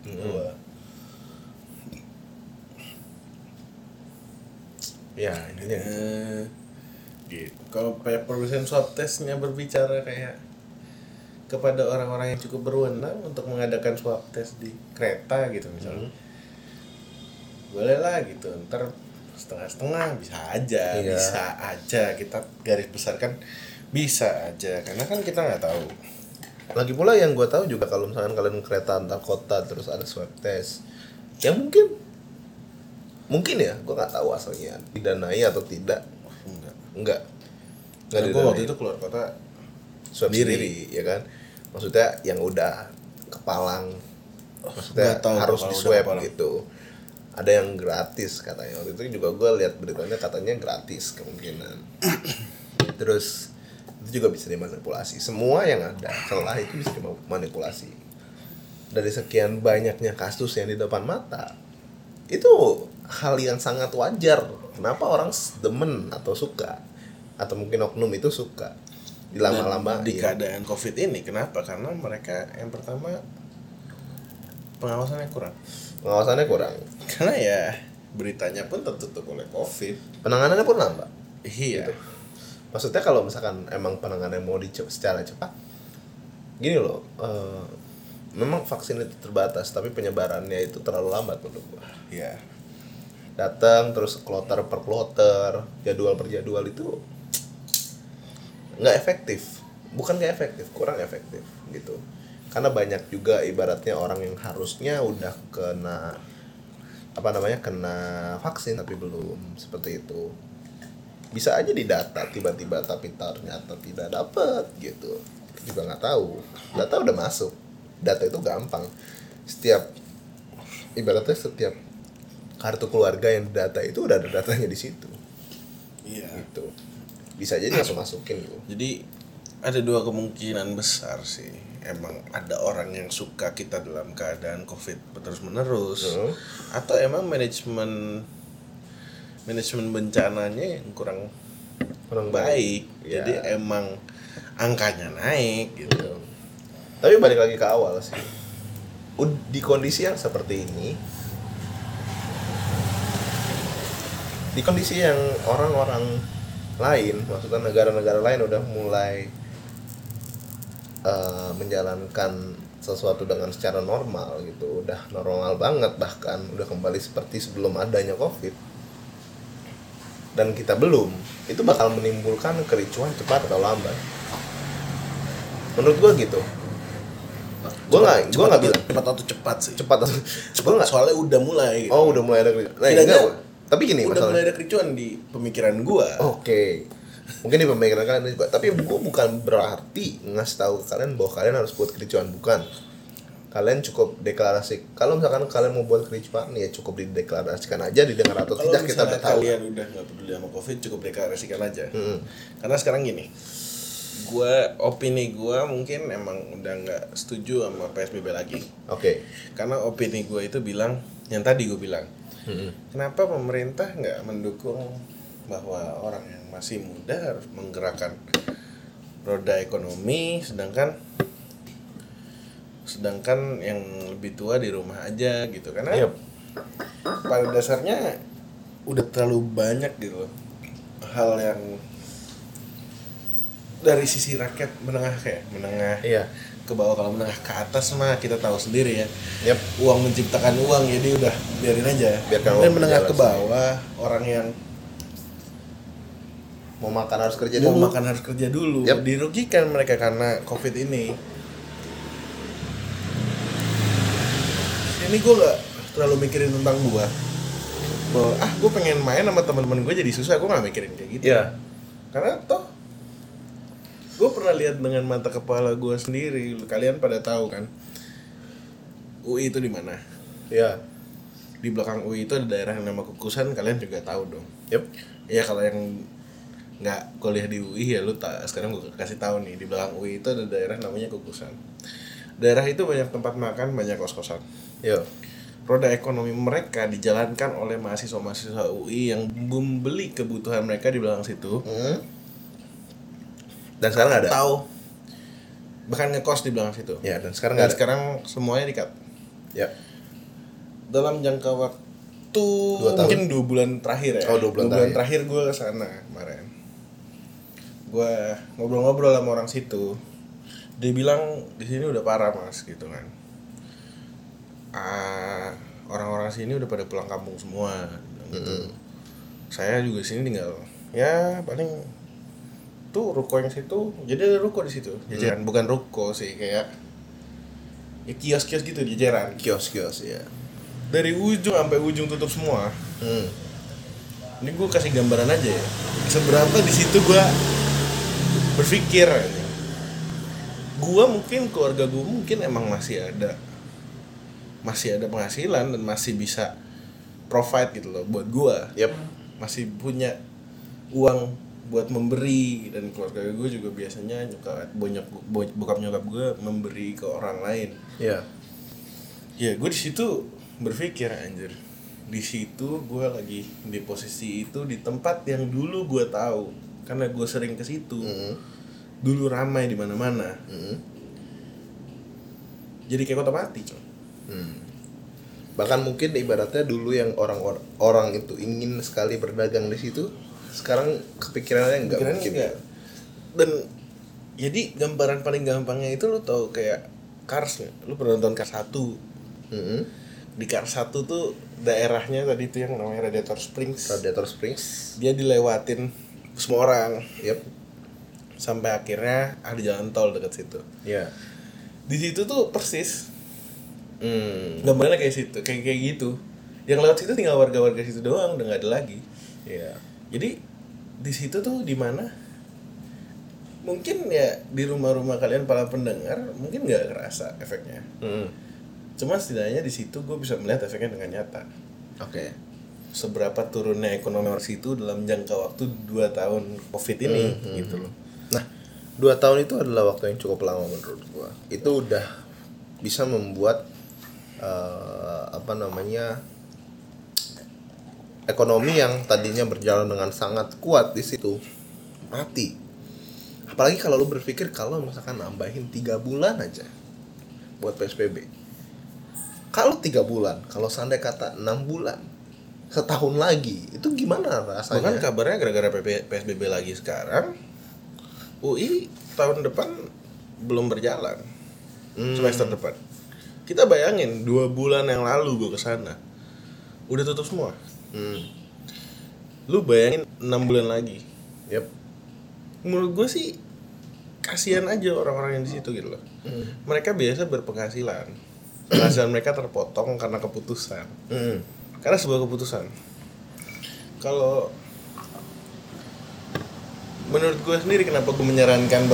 ya ini gitu. Kalau kayak produsen swab testnya berbicara kayak kepada orang-orang yang cukup berwenang untuk mengadakan swab test di kereta gitu misalnya, boleh lah gitu, ntar setengah-setengah bisa aja kita garis besarkan bisa aja, karena kan kita nggak tahu. Lagi pula yang gue tahu juga kalau misalkan kalian kereta antar kota terus ada swab test, ya mungkin ya, gue nggak tahu asalnya didanai atau tidak. Enggak. Gue waktu itu keluar kota swab sendiri ya kan, maksudnya yang udah kepalang, maksudnya harus di swab gitu. Ada yang gratis katanya, waktu itu juga gue lihat beritanya katanya gratis kemungkinan. Terus itu juga bisa dimanipulasi. Semua yang ada celah itu bisa dimanipulasi. Dari sekian banyaknya kasus yang di depan mata, itu hal yang sangat wajar. Kenapa orang demen atau suka, atau mungkin oknum itu suka dilama-lama di keadaan COVID ini. Kenapa? Karena mereka yang pertama pengawasannya kurang. Karena ya beritanya pun tertutup oleh COVID. Penanganannya pun lambat. Iya. Gitu. Maksudnya kalau misalkan emang penanganannya mau secara cepat, gini loh, memang vaksin itu terbatas, tapi penyebarannya itu terlalu lambat menurut gua. Iya. Datang terus kloter per kloter, jadwal per jadwal itu nggak efektif. Bukan nggak efektif, kurang efektif gitu. Karena banyak juga ibaratnya orang yang harusnya udah kena kena vaksin tapi belum, seperti itu. Bisa aja didata tiba-tiba tapi ternyata tidak dapat gitu. Kita juga nggak tahu. Data udah masuk. Data itu gampang. Ibaratnya setiap kartu keluarga yang data itu udah ada datanya di situ. Iya. Gitu. Bisa aja langsung masukin gitu. Jadi ada dua kemungkinan besar sih. Emang ada orang yang suka kita dalam keadaan COVID terus menerus, atau emang manajemen bencananya yang kurang baik. Ya. Jadi emang angkanya naik gitu. Tapi balik lagi ke awal sih. Di kondisi yang seperti ini, di kondisi yang orang-orang lain, maksudnya negara-negara lain udah mulai menjalankan sesuatu dengan secara normal gitu, udah normal banget, bahkan udah kembali seperti sebelum adanya COVID, dan kita belum, itu bakal menimbulkan kericuhan cepat atau lambat. Menurut gua gitu. Gua nggak bilang cepat sih. cepat. Gua nggak. Soalnya udah mulai. Gitu. Oh, udah mulai ada kericuhan. Tapi gini udah masalahnya. mulai ada kericuhan di pemikiran gua. Oke. Mungkin di pemikiran kalian juga. Tapi gua bukan berarti ngasih tahu ke kalian bahwa kalian harus buat kericuhan, bukan. Kalian cukup deklarasi. Kalau misalkan kalian mau buat kericuhan, ya cukup dideklarasikan aja, didengar atau Kalau tidak kita udah tahu. Kalian udah nggak peduli sama COVID, cukup deklarasikan aja. Karena sekarang gini, opini gue mungkin emang udah nggak setuju sama PSBB lagi. Oke. Karena opini gue itu bilang, yang tadi gue bilang, kenapa pemerintah nggak mendukung bahwa orang yang masih muda harus menggerakkan roda ekonomi, sedangkan yang lebih tua di rumah aja gitu. Karena pada dasarnya udah terlalu banyak gitu hal yang dari sisi rakyat menengah ke bawah. Kalau menengah ke atas mah kita tahu sendiri ya. Uang menciptakan uang, jadi udah biarin aja. Dan menengah ke bawah, orang yang mau makan harus kerja dulu. Dirugikan mereka karena COVID ini. Ini gue nggak terlalu mikirin tentang gue. Bahwa gue pengen main sama teman-teman gue jadi susah, gue nggak mikirin kayak gitu. Iya. Karena toh gue pernah lihat dengan mata kepala gue sendiri. Kalian pada tahu kan UI itu di mana? Iya. Di belakang UI itu ada daerah yang nama Kukusan, kalian juga tahu dong. Iya, kalau yang nggak kuliah di UI ya lu sekarang gue kasih tahu nih, di belakang UI itu ada daerah namanya Kukusan. Daerah itu banyak tempat makan, banyak kos-kosan. Roda ekonomi mereka dijalankan oleh mahasiswa-mahasiswa UI yang membeli kebutuhan mereka di belakang situ. Dan sekarang nggak ada. Tahu, bahkan ngekos di belakang situ. Ya, dan sekarang nggak ada. Sekarang semuanya di-cut. Dalam jangka waktu mungkin 2 bulan terakhir ya. 2 bulan terakhir gue kesana kemarin. Gue ngobrol-ngobrol sama orang situ. Dia bilang di sini udah parah mas gitu kan. Orang-orang sini udah pada pulang kampung semua gitu. Saya juga sini tinggal ya paling tuh ruko yang situ, jadi ada ruko di situ jajaran, bukan ruko sih, kayak ya kios-kios gitu, jajaran kios ya, dari ujung sampai ujung tutup semua. Ini gue kasih gambaran aja ya, seberapa di situ gue berpikir gue mungkin keluarga gue mungkin emang masih ada penghasilan dan masih bisa provide gitu loh buat gue. Masih punya uang buat memberi, dan keluarga gue juga biasanya bokap nyokap gue memberi ke orang lain. Ya gue di situ berpikir anjir, di situ gue lagi di posisi itu di tempat yang dulu gue tahu karena gue sering ke situ. Dulu ramai di mana-mana. Jadi kayak kota mati, coy. Bahkan mungkin ibaratnya dulu yang orang itu ingin sekali berdagang di situ, sekarang kepikirannya enggak mungkin. Dan jadi gambaran paling gampangnya itu lu tahu kayak Cars nggak? Lu pernah nonton Cars 1? Di Cars 1 tuh daerahnya tadi tuh yang namanya Radiator Springs. Dia dilewatin semua orang. Sampai akhirnya ada jalan tol dekat situ. Di situ tuh persis gambarnya kayak situ, kayak gitu. Yang lewat situ tinggal warga-warga situ doang, udah nggak ada lagi. Iya. Jadi di situ tuh di mana mungkin ya di rumah-rumah kalian para pendengar mungkin nggak kerasa efeknya. Cuma setidaknya di situ gue bisa melihat efeknya dengan nyata. Oke. Seberapa turunnya ekonomi orang situ dalam jangka waktu 2 tahun COVID ini gitu loh. Nah, 2 tahun itu adalah waktu yang cukup lama menurut gua. Itu udah bisa membuat ekonomi yang tadinya berjalan dengan sangat kuat di situ mati. Apalagi kalau lu berpikir kalau misalkan nambahin 3 bulan aja buat PSBB. Kalau 3 bulan, kalau seandainya kata 6 bulan, setahun lagi, itu gimana rasanya? Bahkan kabarnya gara-gara PSBB lagi sekarang, UI tahun depan belum berjalan. Semester depan. Kita bayangin 2 bulan yang lalu gue kesana, udah tutup semua. Lu bayangin 6 bulan lagi. Yep. Menurut gue sih kasihan aja orang-orang yang di situ gitu loh. Mereka biasa berpenghasilan. Penghasilan mereka terpotong karena keputusan. Karena sebuah keputusan. Kalau menurut gue sendiri kenapa gue menyarankan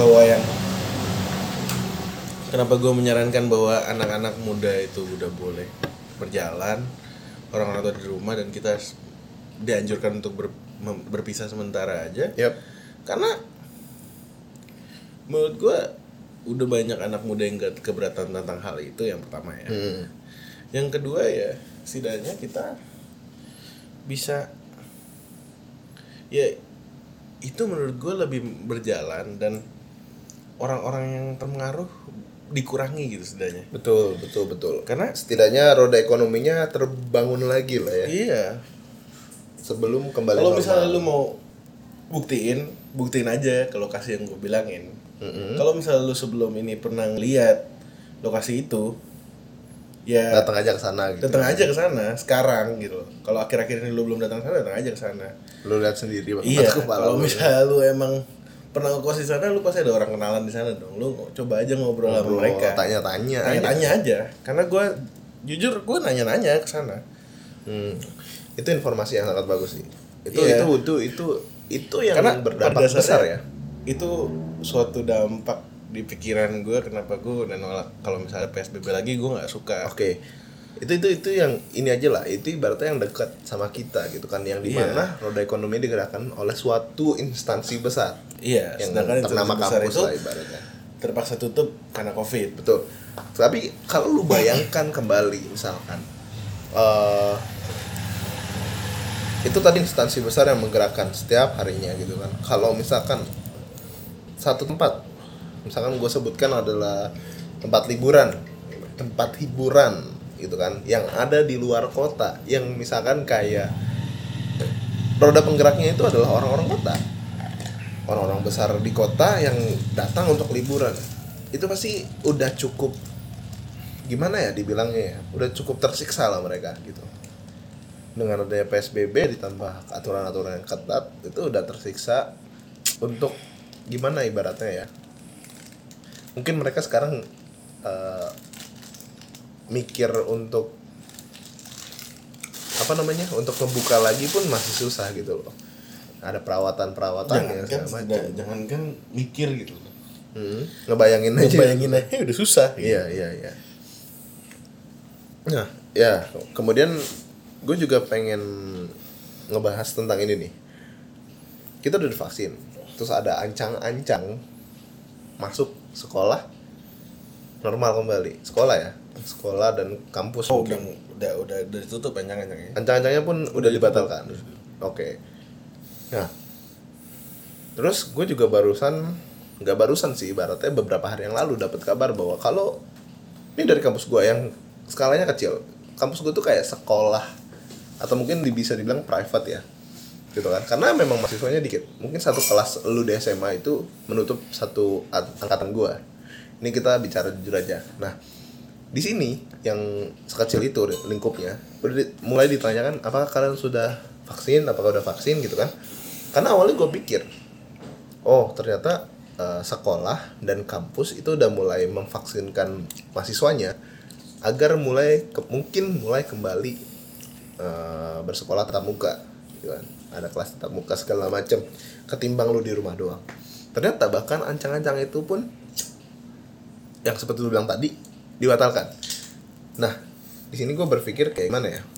bahwa anak-anak muda itu udah boleh berjalan, orang-orang tua di rumah, dan kita dianjurkan untuk berpisah sementara aja. Yep. Karena menurut gue udah banyak anak muda yang gak keberatan tentang hal itu, yang pertama ya. Yang kedua ya, setidaknya kita bisa, ya itu menurut gue lebih berjalan dan orang-orang yang terpengaruh dikurangi gitu setidaknya. Betul. Karena setidaknya roda ekonominya terbangun lagi lah ya. Iya. Sebelum kembali Kalau normal. misalnya lu mau buktiin aja ke lokasi yang gue bilangin. Kalau misalnya lu sebelum ini pernah ngeliat lokasi itu, ya datang aja ke sana gitu. Datang aja ke sana sekarang gitu. Kalau akhir-akhir ini lu belum datang sana, datang aja ke sana. Lu lihat sendiri. Iya. Kalau misalnya lu emang pernah ngekos di sana, lu pasti ada orang kenalan di sana dong. Lu coba aja ngobrol sama mereka. Tanya-tanya aja. Karena gue jujur gue nanya-nanya ke sana. Itu informasi yang sangat bagus sih. Iya. Itu yang karena berdampak besar ya. Itu suatu dampak di pikiran gue kenapa gue udah nolak kalau misalnya PSBB lagi. Gue nggak suka. Oke. Itu yang ini aja lah. Itu ibaratnya yang dekat sama kita gitu kan, yang dimana roda ekonomi digerakkan oleh suatu instansi besar. Iya. Yang Sedangkan ternama besar kampus itu lah ibaratnya. Terpaksa tutup karena COVID. Betul. Tapi kalau lu bayangkan kembali misalkan itu tadi instansi besar yang menggerakkan setiap harinya gitu kan. Kalau misalkan satu tempat, misalkan gue sebutkan adalah tempat hiburan gitu kan, yang ada di luar kota, yang misalkan kayak roda penggeraknya itu adalah orang-orang kota, orang-orang besar di kota yang datang untuk liburan. Itu pasti udah cukup, gimana ya dibilangnya ya, udah cukup tersiksa lah mereka gitu. Dengan adanya PSBB ditambah aturan-aturan yang ketat, itu udah tersiksa untuk gimana ibaratnya ya. Mungkin mereka sekarang mikir untuk untuk membuka lagi pun masih susah gitu loh. Ada perawatan ya segala macam. Jangankan mikir gitu. Ngebayangin aja udah susah. Iya. Nah, ya, kemudian gue juga pengen ngebahas tentang ini nih. Kita udah divaksin, terus ada ancang-ancang masuk sekolah normal kembali. Sekolah dan kampus. Udah ditutup ancang-ancangnya. Ancang-ancangnya pun udah dibatalkan. Oke. Nah, terus gue juga nggak barusan sih, ibaratnya beberapa hari yang lalu dapat kabar bahwa kalau ini dari kampus gue yang skalanya kecil. Kampus gue tuh kayak sekolah atau mungkin bisa dibilang private ya, gitu kan? Karena memang mahasiswanya dikit. Mungkin satu kelas lu di SMA itu menutup satu angkatan gue. Ini kita bicara jujur aja. Nah, di sini yang sekecil itu lingkupnya mulai ditanyakan apakah kalian sudah vaksin gitu kan? Karena awalnya gue pikir, oh ternyata sekolah dan kampus itu udah mulai memvaksinkan mahasiswanya agar mulai kembali bersekolah tatap muka gitu kan, ada kelas tatap muka segala macam, ketimbang lu di rumah doang. Ternyata bahkan ancang-ancang itu pun yang seperti lu bilang tadi dibatalkan. Nah di sini gue berpikir kayak gimana ya,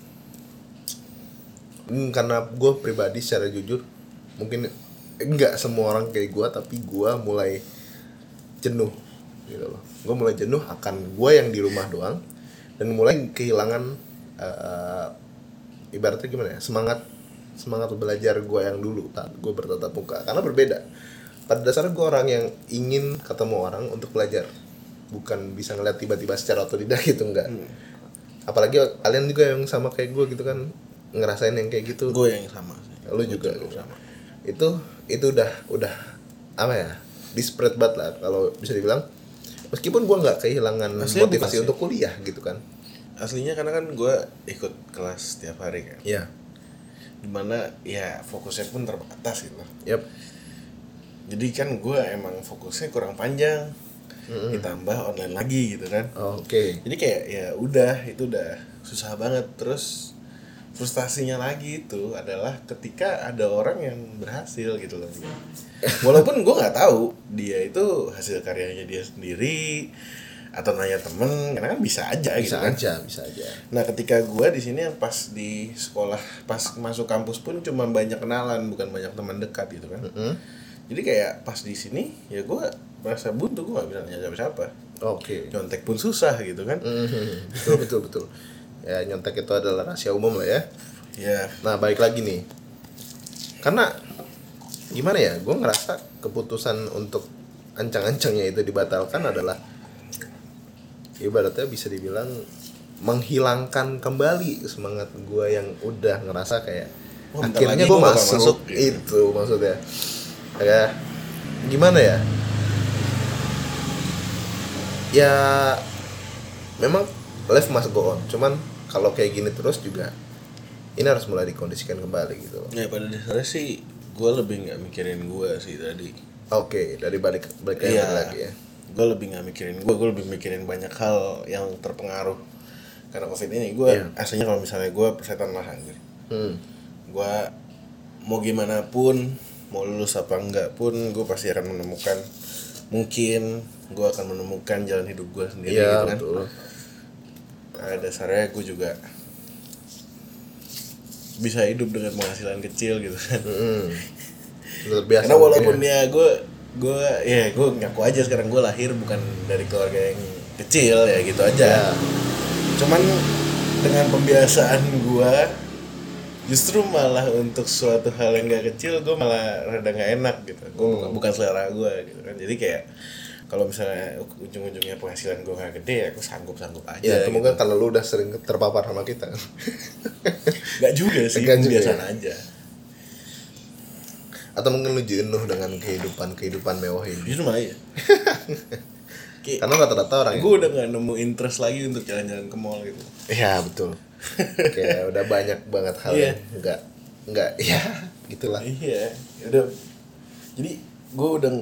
karena gue pribadi secara jujur mungkin enggak semua orang kayak gue, tapi gue mulai jenuh gitu loh. Gue mulai jenuh akan gue yang di rumah doang, dan mulai kehilangan ibaratnya gimana ya, semangat belajar gue yang dulu saat gue bertatap muka. Karena berbeda, pada dasarnya gue orang yang ingin ketemu orang untuk belajar, bukan bisa ngeliat tiba-tiba secara otodidak gitu, enggak. Apalagi kalian juga yang sama kayak gue gitu kan, ngerasain yang kayak gitu. Gue yang sama sih. Lu juga sama. Itu udah apa ya, disparate banget lah kalau bisa dibilang. Meskipun gue nggak kehilangan aslinya motivasi untuk kuliah gitu kan. Aslinya karena kan gue ikut kelas setiap hari kan. Iya. Dimana ya fokusnya pun terbatas gitu. Yap. Jadi kan gue emang fokusnya kurang panjang. Ditambah online lagi gitu kan. Oke. Jadi kayak ya udah, itu udah susah banget. Terus frustasinya lagi itu adalah ketika ada orang yang berhasil gitu loh. Walaupun gue nggak tahu dia itu hasil karyanya dia sendiri atau nanya temen, karena kan bisa aja gitu kan. Bisa aja. Nah ketika gue di sini yang pas di sekolah, pas masuk kampus pun cuma banyak kenalan, bukan banyak teman dekat gitu kan. Jadi kayak pas di sini ya gue merasa buntu, gue nggak bisa nanya siapa-siapa. Oke. Nyontek pun susah gitu kan. Betul. Ya nyontek itu adalah rahasia umum lah ya. Ya. Nah balik lagi nih, karena gimana ya, gue ngerasa keputusan untuk ancang-ancangnya itu dibatalkan adalah ibaratnya bisa dibilang menghilangkan kembali semangat gue yang udah ngerasa kayak akhirnya gue masuk gitu. Itu maksudnya kayak gimana ya, ya memang life must go on, cuman kalau kayak gini terus juga ini harus mulai dikondisikan kembali gitu loh. Ya pada dasarnya sih gue lebih nggak mikirin gue sih tadi. Oke, dari balik lagi ya. Gue lebih nggak mikirin gue lebih mikirin banyak hal yang terpengaruh karena COVID ini. Gue aslinya kalau misalnya gue persetan lah anjir. Gue mau gimana pun, mau lulus apa enggak pun, gue pasti akan menemukan, mungkin gue akan menemukan jalan hidup gue sendiri gitu kan. Betul. Nah dasarnya gue juga bisa hidup dengan penghasilan kecil gitu kan. Biasa. Karena walaupun ya gue ngaku aja sekarang gue lahir bukan dari keluarga yang kecil ya gitu aja. Cuman dengan pembiasaan gue justru malah untuk suatu hal yang gak kecil gue malah rada gak enak gitu. Gue bukan selera gue gitu kan. Jadi kayak kalau misalnya ujung-ujungnya penghasilan gue gak gede ya gue sanggup aja. Ya itu gitu. mungkin karena lu udah sering terpapar sama kita. Gak juga sih, kebiasaan aja. Atau mungkin lu jenuh dengan kehidupan mewah ini. Justru malah ya. Karena rata-rata orang gue udah gak nemu interest lagi untuk jalan-jalan ke mall gitu. Iya betul. Kayak udah banyak banget hal yang enggak ya gitulah. Iya, udah. Jadi gue udah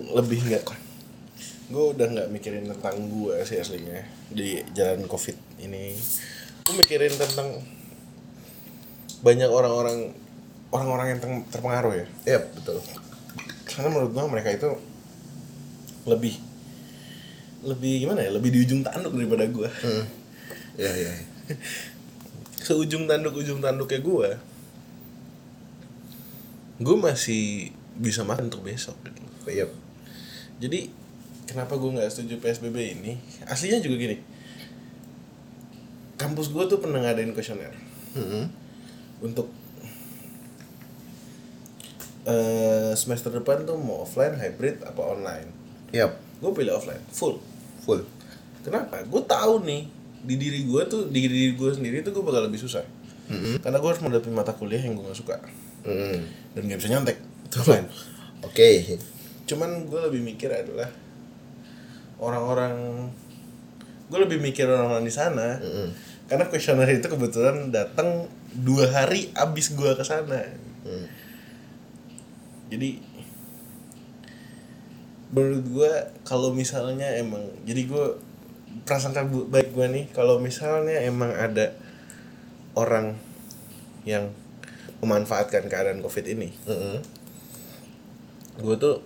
nggak mikirin tentang gue sih aslinya di jalan COVID ini. Gue mikirin tentang banyak orang-orang yang terpengaruh ya. Iya betul. Karena menurut gue mereka itu lebih gimana ya, lebih di ujung tanduk daripada gue. Iya. Seujung tanduknya gue masih bisa makan untuk besok gitu. Iya. Jadi kenapa gue nggak setuju PSBB ini? Aslinya juga gini. Kampus gue tuh pernah ngadain kuesioner untuk semester depan tuh mau offline, hybrid, apa online. Yap. Gue pilih offline, full. Kenapa? Gue tahu nih di diri gue sendiri tuh gue bakal lebih susah. Karena gue harus menghadapi mata kuliah yang gue gak suka. Dan gak bisa nyontek offline. Oke. Cuman gue lebih mikir adalah orang-orang di sana. Karena kuesioner itu kebetulan datang 2 hari abis gue kesana. Jadi menurut gue kalau misalnya emang, jadi gue prasangka baik gue nih, kalau misalnya emang ada orang yang memanfaatkan keadaan COVID ini. Gue tuh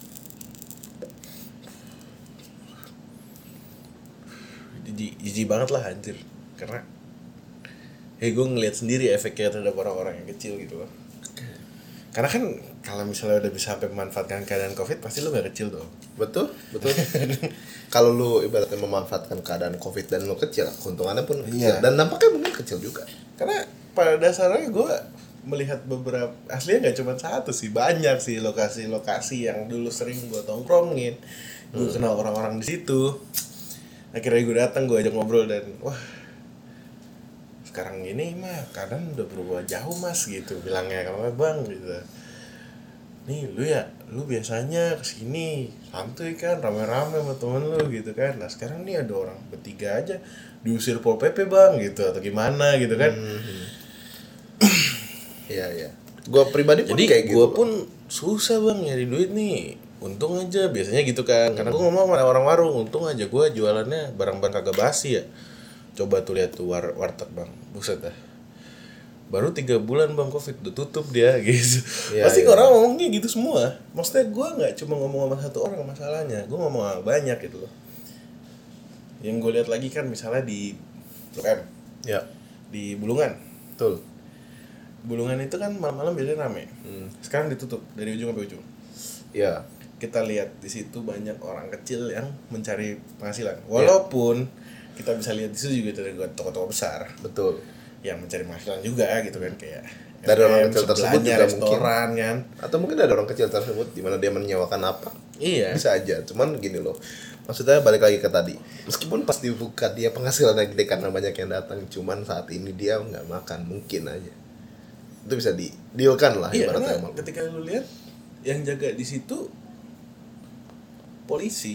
jijik banget lah anjir, karena gue ngeliat sendiri efeknya terhadap orang-orang yang kecil gitu loh. Karena kan kalau misalnya udah bisa sampai memanfaatkan keadaan COVID, pasti lu gak kecil dong. Betul. Kalau lu ibaratnya memanfaatkan keadaan COVID dan lu kecil, keuntungannya pun kecil. Dan nampaknya mungkin kecil juga. Karena pada dasarnya gue melihat beberapa, aslinya gak cuma satu sih, banyak sih lokasi-lokasi yang dulu sering gue tongkrongin. Gue kenal orang-orang di situ. Akhirnya gue datang, gue ajak ngobrol, dan wah, sekarang ini mah keadaan udah berubah jauh mas gitu bilangnya. Karena bang gitu, nih lu biasanya kesini santuy kan, rame-rame sama temen lu gitu kan. Nah sekarang nih ada orang bertiga aja diusir Pol PP bang gitu, atau gimana gitu kan. Iya. Gue pribadi pun jadi kayak gitu. Gue pun susah bang nyari duit nih. Untung aja biasanya gitu kan. Karena gue ngomong sama orang warung, untung aja gue jualannya barang-barang kagak basi ya. Coba tuh lihat tuh warteg bang, buset dah. Baru 3 bulan bang COVID udah tutup dia gitu. Pasti orang ngomongnya gitu semua. Maksudnya gue nggak cuma ngomong sama satu orang masalahnya, gue ngomong sama banyak gitu loh. Yang gue lihat lagi kan misalnya di Blok M, di Bulungan. Betul. Bulungan itu kan malam-malam biasanya rame. Sekarang ditutup dari ujung sampai ujung. Iya. Kita lihat di situ banyak orang kecil yang mencari penghasilan. Walaupun kita bisa lihat di situ juga dari toko-toko besar. Betul. Yang mencari penghasilan juga gitu kan, kayak dari orang kecil tersebut juga restoran mungkin, kan. Atau mungkin ada orang kecil tersebut di mana dia menyewakan apa. Iya. Bisa aja. Cuman gini loh. Maksudnya balik lagi ke tadi. Meskipun pas dibuka dia penghasilannya gede karena banyak yang datang, cuman saat ini dia nggak makan, mungkin aja. Itu bisa di-dealkan lah ibaratnya. Iya, ketika lu lihat yang jaga di situ polisi.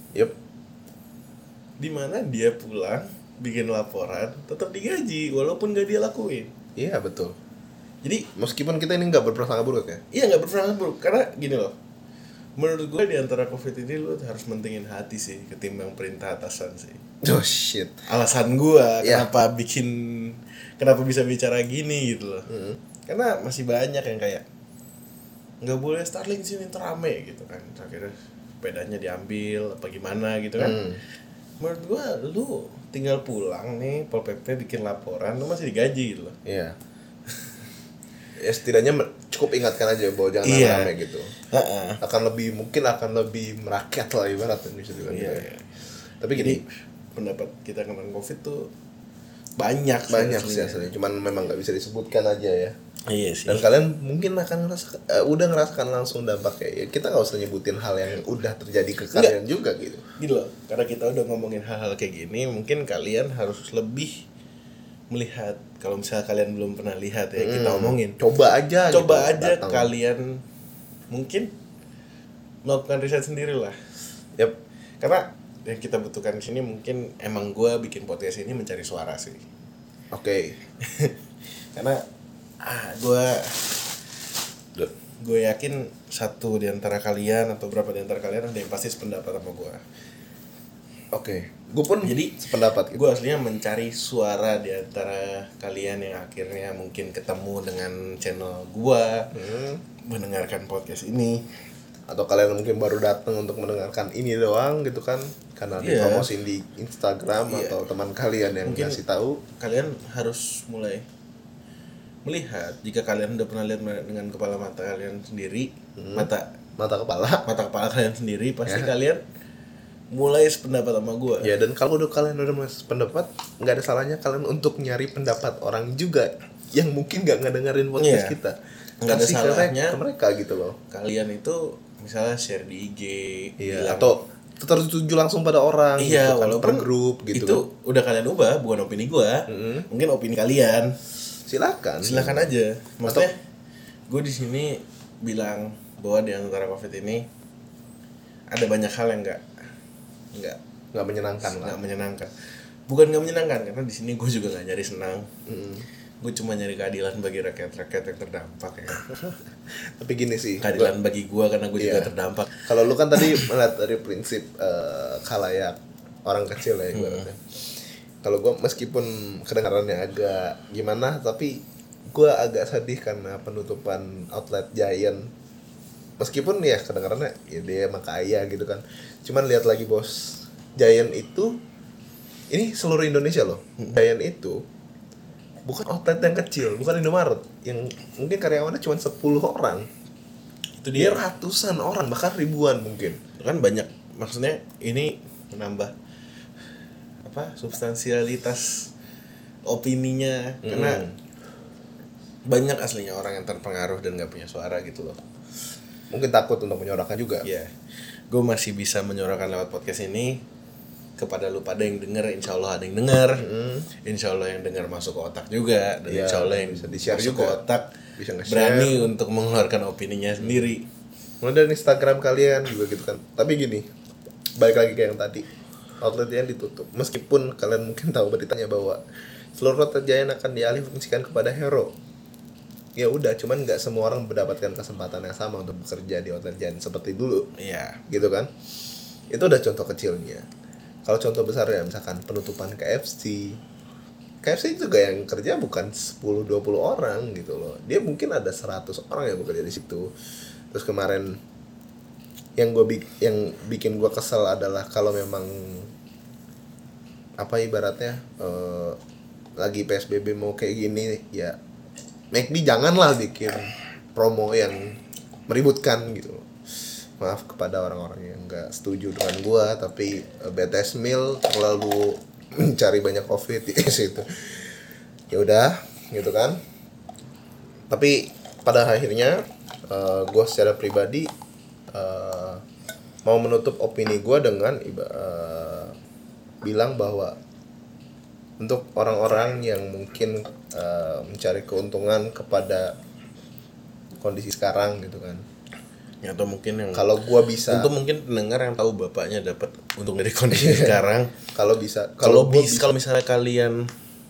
Di mana dia pulang bikin laporan tetap digaji walaupun gak dia lakuin. Iya betul. Jadi meskipun kita ini nggak berprasangka buruk ya. Iya nggak berprasangka buruk, karena gini loh. Menurut gue di antara COVID ini lu harus mentingin hati sih ketimbang perintah atasan sih. Oh shit. Alasan gue kenapa bisa bicara gini gitu loh. Karena masih banyak yang kayak nggak boleh Starlink sini terame gitu kan. Akhirnya sepedanya diambil apa gimana gitu kan. Menurut gua lu tinggal pulang nih, Pol PP bikin laporan, lu masih digaji gitu loh. Iya. Ya setidaknya cukup ingatkan aja bahwa jangan rame gitu. Mungkin akan lebih merakyat lah ibaratnya bisa dibilang gitu. Tapi gini, pendapat kita tentang COVID tuh banyak sih aslinya, cuman memang nggak bisa disebutkan aja ya. Iya sih. Dan kalian mungkin akan udah ngerasakan langsung dampaknya ya. Kita nggak usah nyebutin hal yang udah terjadi ke kalian juga gitu. Gitu loh. Karena kita udah ngomongin hal-hal kayak gini, mungkin kalian harus lebih melihat. Kalau misalnya kalian belum pernah lihat ya, kita omongin. Coba aja datang. Kalian mungkin melakukan riset sendiri lah. Karena yang kita butuhkan di sini mungkin emang gue bikin podcast ini mencari suara sih. Oke. Karena gue yakin satu di antara kalian atau berapa di antara kalian ada yang pasti sependapat sama gue. Oke. Gue pun jadi sependapat gitu. Gue aslinya mencari suara di antara kalian yang akhirnya mungkin ketemu dengan channel gue, mendengarkan podcast ini. Atau kalian mungkin baru datang untuk mendengarkan ini doang gitu kan, karena dipromosin di Instagram atau teman kalian yang mungkin ngasih tahu. Kalian harus mulai melihat, jika kalian udah pernah lihat dengan kepala mata kalian sendiri, mata kepala kalian sendiri, pasti kalian mulai sependapat sama gue. Ya, dan kalau kalian udah mulai sependapat, nggak ada salahnya kalian untuk nyari pendapat orang juga yang mungkin nggak ngedengerin podcast kita. Nggak ada salahnya ke mereka gitu loh. Kalian itu misalnya share di IG, atau tertuju langsung pada orang, gitu kan, per grup gitu. Itu kan udah kalian ubah, bukan opini gue. Mungkin opini kalian. Silakan aja. Maksudnya gue di sini bilang bahwa di antara COVID ini ada banyak hal yang nggak menyenangkan. Bukan nggak menyenangkan, karena di sini gue juga nggak nyari senang. Gue cuma nyari keadilan bagi rakyat yang terdampak ya. Tapi gini sih, keadilan bagi gue karena gue juga terdampak. Kalau lu kan tadi melihat dari prinsip khalayak orang kecil ya ibaratnya. Kalau gue meskipun kedengarannya agak gimana, tapi gue agak sedih karena penutupan outlet Giant. Meskipun ya kedengarannya ya dia emang kaya gitu kan. Cuman lihat lagi bos, Giant itu ini seluruh Indonesia loh. Giant itu bukan outlet yang kecil, bukan Indomaret yang mungkin karyawannya cuma 10 orang. Itu Dia dia ratusan orang, bahkan ribuan mungkin. kan banyak, maksudnya ini menambah apa substansialitas opininya karena banyak aslinya orang yang terpengaruh dan nggak punya suara gitu loh. Mungkin takut untuk menyuarakan juga. Ya, gue masih bisa menyuarakan lewat podcast ini kepada lu pada yang denger, insya Allah ada yang denger, insya Allah yang denger masuk ke otak juga, dan Ya, insya Allah yang bisa di-share masuk juga. ke otak Bisa nge-share. berani untuk mengeluarkan opininya sendiri. Mulai dari Instagram kalian juga gitu kan. Tapi gini, balik lagi kayak yang tadi, outlet yang ditutup. Meskipun kalian mungkin tahu beritanya bahwa seluruh outlet Giant akan dialih fungsikan kepada Hero. Ya udah, cuman nggak semua orang mendapatkan kesempatan yang sama untuk bekerja di outlet Giant seperti dulu, Iya, gitu kan? Itu udah contoh kecilnya. Kalau contoh besarnya misalkan penutupan KFC. KFC juga yang kerja bukan 10-20 orang gitu loh. Dia mungkin ada 100 orang yang bekerja di situ. Terus kemarin yang bikin gue kesel adalah kalau memang apa ibaratnya lagi PSBB mau kayak gini ya, McD janganlah bikin promo yang meributkan gitu. Maaf kepada orang-orang yang nggak setuju dengan gue, tapi BTS Meal terlalu mencari banyak profit di situ. Ya udah gitu kan. Tapi pada akhirnya gue secara pribadi mau menutup opini gue dengan bilang bahwa untuk orang-orang yang mungkin mencari keuntungan kepada kondisi sekarang gitu kan, ya, atau mungkin yang kalau gue bisa, untuk mungkin pendengar yang tahu bapaknya dapat untung dari kondisi sekarang, kalau bisa, kalau gua bisa, kalau misalnya kalian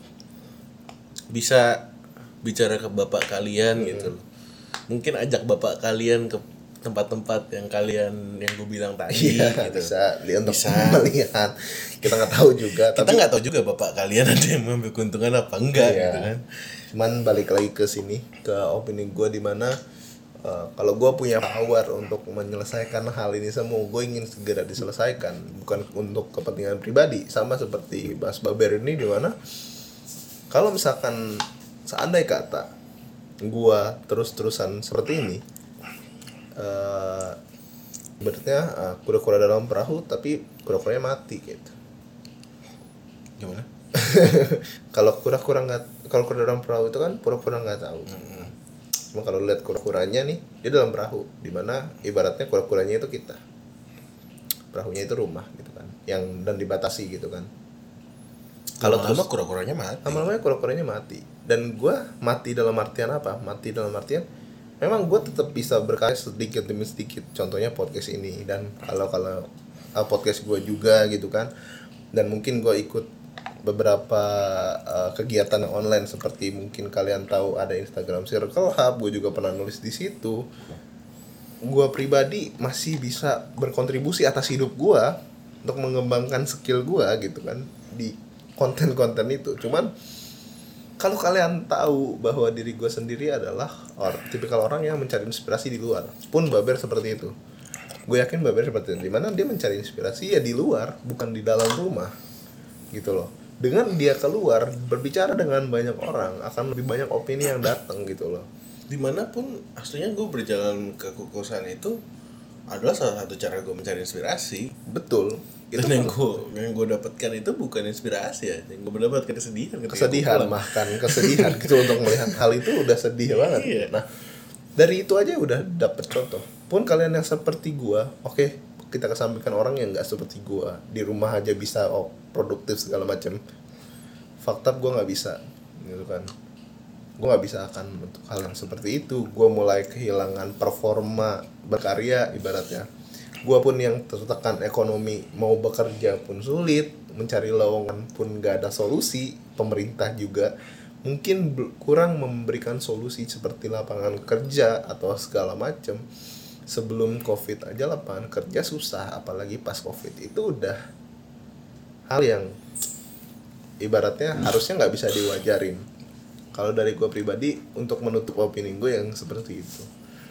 bisa bicara ke bapak kalian gitu loh, mungkin ajak bapak kalian ke tempat-tempat yang gue bilang tadi iya, gitu. bisa untuk Bisa. melihat. Kita nggak tahu juga, Kita tapi nggak tahu juga bapak kalian ada yang mengambil keuntungan apa enggak iya. gitu kan. Cuman balik lagi ke sini, ke opini gue di mana kalau gue punya power untuk menyelesaikan hal ini semua, gue ingin segera diselesaikan, bukan untuk kepentingan pribadi. Sama seperti Bas Baber ini, di mana kalau misalkan seandai kata gue terus-terusan seperti ini, berarti kura-kura dalam perahu tapi kura-kuranya mati gitu. Gimana? Kalau kura-kura dalam perahu itu kan pura-pura nggak tahu. Cuma kalau lihat kura-kuranya nih, dia dalam perahu, dimana ibaratnya kura-kuranya itu kita, perahunya itu rumah gitu kan, yang dan dibatasi gitu kan. Kalau terus kura-kuranya mati. Lama-lama kura-kuranya mati. Dan gue mati dalam artian apa? Mati dalam artian memang gue tetap bisa berkarya sedikit demi sedikit. Contohnya podcast ini, dan kalau podcast gue juga gitu kan. Dan mungkin gue ikut beberapa kegiatan online, seperti mungkin kalian tahu ada Instagram Circle Hub, gue juga pernah nulis di situ. Gue pribadi masih bisa berkontribusi atas hidup gue untuk mengembangkan skill gue gitu kan di konten-konten itu. Cuman kalau kalian tahu bahwa diri gue sendiri adalah tipikal orang yang mencari inspirasi di luar, pun Baber seperti itu. Gue yakin Baber seperti itu, dimana dia mencari inspirasi ya di luar, bukan di dalam rumah gitu loh. Dengan dia keluar berbicara dengan banyak orang, akan lebih banyak opini yang datang gitu loh. Dimanapun aslinya gue berjalan ke kukusan itu adalah salah satu cara gue mencari inspirasi. Betul. Dan yang gue dapatkan itu bukan inspirasi ya, yang gue mendapatkan kesedihan kesedihan gitu untuk melihat hal itu udah sedih banget. Iya. Nah, dari itu aja udah dapet contoh. Pun kalian yang seperti gua, oke, kita kesampingkan orang yang nggak seperti gua, di rumah aja bisa produktif segala macam. Fakta gua nggak bisa, gitu kan. Gua nggak bisa akan untuk hal yang seperti itu. Gua mulai kehilangan performa berkarya ibaratnya. Gua pun yang tertekan ekonomi, mau bekerja pun sulit, mencari lowongan pun gak ada solusi. Pemerintah juga mungkin kurang memberikan solusi seperti lapangan kerja atau segala macam. Sebelum Covid aja lapangan kerja susah, apalagi pas Covid itu udah hal yang ibaratnya harusnya nggak bisa diwajarin. Kalau dari gue pribadi untuk menutup opini gue yang seperti itu.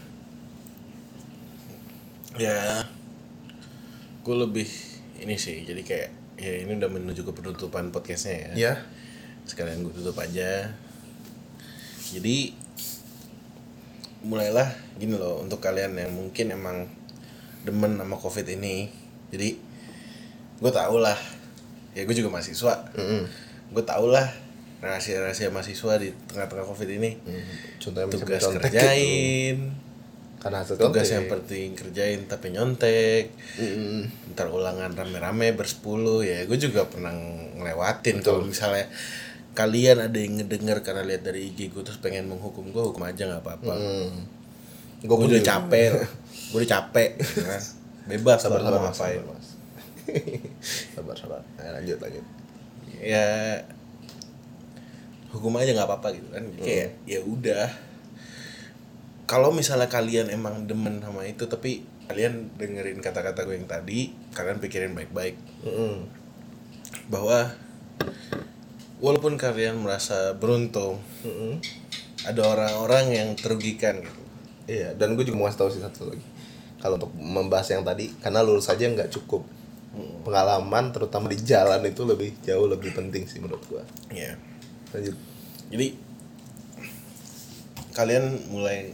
Ya, gue lebih ini sih, jadi kayak ya ini udah menuju ke penutupan podcastnya ya. Ya. Sekalian gue tutup aja. Jadi mulailah gini loh, untuk kalian yang mungkin emang demen sama covid ini. Jadi gue tau lah, ya gue juga mahasiswa. Gue tau lah rahasia-rahasia mahasiswa di tengah-tengah covid ini. Contohnya Tugas misalnya kerjain gitu. Karena hasil tugas kontek. yang penting kerjain tapi nyontek. Ntar ulangan rame-rame bersepuluh, ya gue juga pernah ngelewatin. Kalau misalnya kalian ada yang ngedenger karena lihat dari IG gue terus pengen menghukum gue, hukum aja nggak apa-apa. Gue udah capek, gue udah capek gitu kan. Bebas sabar mau mas, ngapain. sabar. Lanjut. Ya hukum aja nggak apa-apa gitu kan. Kayak ya udah, kalau misalnya kalian emang demen sama itu, tapi kalian dengerin kata-kata gue yang tadi, kalian pikirin baik-baik bahwa walaupun kalian merasa beruntung, ada orang-orang yang terugikan gitu. Iya, dan gue juga mau kasih tahu sih satu lagi. Kalau untuk membahas yang tadi, karena lulus aja nggak cukup. Pengalaman terutama di jalan itu jauh lebih penting sih menurut gue. Iya. Lanjut. Jadi kalian mulai,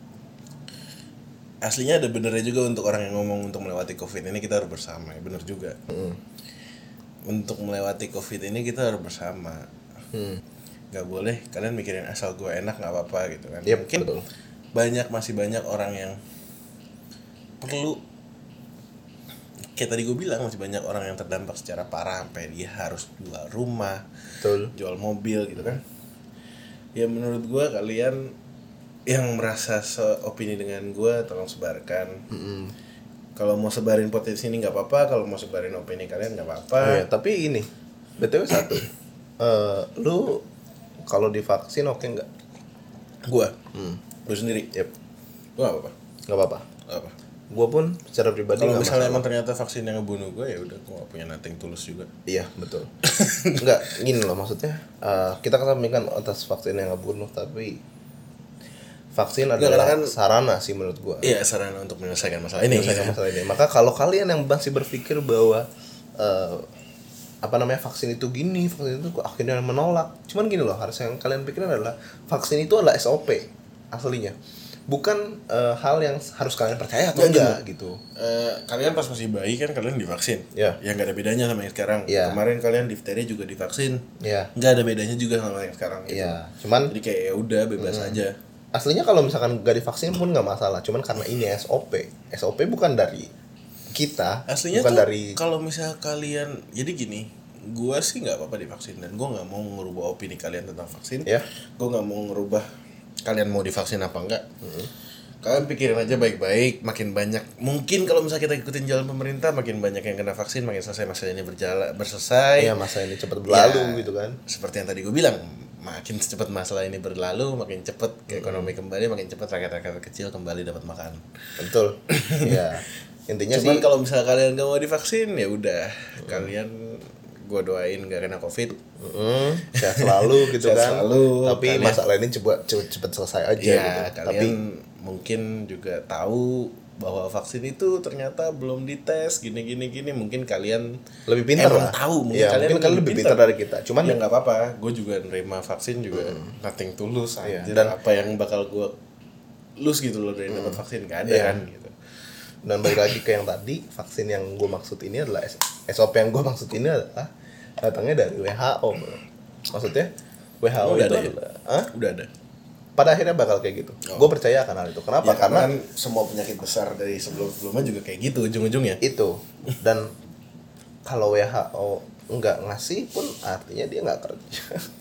aslinya ada benernya juga untuk orang yang ngomong untuk melewati covid ini kita harus bersama, ya bener juga. Untuk melewati covid ini kita harus bersama. Gak boleh kalian mikirin asal gue enak nggak apa-apa gitu kan. Yep, Mungkin betul. masih banyak orang yang perlu, kayak tadi gue bilang, masih banyak orang yang terdampak secara parah sampai dia harus jual rumah, Betul. jual mobil gitu kan. Ya menurut gue kalian yang merasa seopini dengan gue tolong sebarkan. Kalau mau sebarin potensi ini nggak apa-apa, kalau mau sebarin opini kalian nggak apa-apa. Oh, ya, tapi ini BTW satu. Lu kalau divaksin oke nggak? Gue sendiri. Yep. Gue nggak apa-apa. Nggak apa-apa. Apa? Gue pun secara pribadi Kalau nggak misalnya masalah. emang ternyata vaksin yang ngebunuh gue, ya udah gue gak punya nothing tulus juga. Iya betul. Nggak gini loh maksudnya. Kita kesampingkan atas vaksin yang nggak bunuh, tapi vaksin adalah kan, sarana sih menurut gue. Iya, sarana untuk menyelesaikan masalah ini. Menyelesaikan masalah ini. Maka kalau kalian yang masih berpikir bahwa vaksin itu gini, vaksin itu akhirnya menolak. Cuman gini loh, harus yang kalian pikirin adalah vaksin itu adalah SOP aslinya. Bukan hal yang harus kalian percaya atau enggak gitu. Kalian pas masih bayi kan kalian divaksin. Iya. Ya nggak ada bedanya sama yang sekarang. Iya. Kemarin kalian difteri juga divaksin. Iya. Nggak ada bedanya juga sama yang sekarang. Gitu. Iya. Cuman Jadi kayak ya udah bebas aja. aslinya kalau misalkan gak divaksin pun nggak masalah. Cuman karena ini SOP. SOP bukan dari kita. Aslinya bukan tuh dari kalau misal kalian, jadi gini, gue sih nggak apa-apa divaksin dan gue nggak mau ngerubah opini kalian tentang vaksin. Ya. Gue nggak mau ngerubah kalian mau divaksin apa enggak. Kalian pikirin aja baik-baik. Makin banyak, mungkin kalau misalnya kita ikutin jalan pemerintah, makin banyak yang kena vaksin, makin selesai masalah ini berselesai. ya masa ini cepat berlalu gitu kan. Seperti yang tadi gue bilang, makin cepat masalah ini berlalu, makin cepat ke ekonomi kembali, makin cepat rakyat-rakyat kecil kembali dapat makan. Betul. Ya. Intinya Cuman sih kalau misalnya kalian gak mau divaksin, ya udah, kalian gue doain gak kena covid. sehat selalu gitu Sehat kan. selalu. Tapi Kalian- masalah ini cepet selesai aja Iya, gitu. kalian Tapi mungkin juga tahu bahwa vaksin itu ternyata belum dites gini. Mungkin kalian lebih pintar emang lah. tahu, mungkin Ya, kalian mungkin kalian lebih pintar dari kita. Cuman ya nggak apa-apa, gue juga nerima vaksin juga nothing tulus Iya, aja. dan- Apa yang bakal gue lose gitu loh dari dapat vaksin, gak ada Iya. kan gitu. dan balik lagi ke yang tadi, vaksin yang gue maksud ini adalah SOP yang gue maksud ini adalah datangnya dari WHO, bro. Maksudnya WHO Udah itu ada ya? adalah, Udah ada. pada akhirnya bakal kayak gitu. Gue percaya akan hal itu. Kenapa? Ya, karena Karena kan semua penyakit besar dari sebelumnya juga kayak gitu ujung-ujungnya. itu. Dan kalau WHO nggak ngasih pun artinya dia nggak kerja.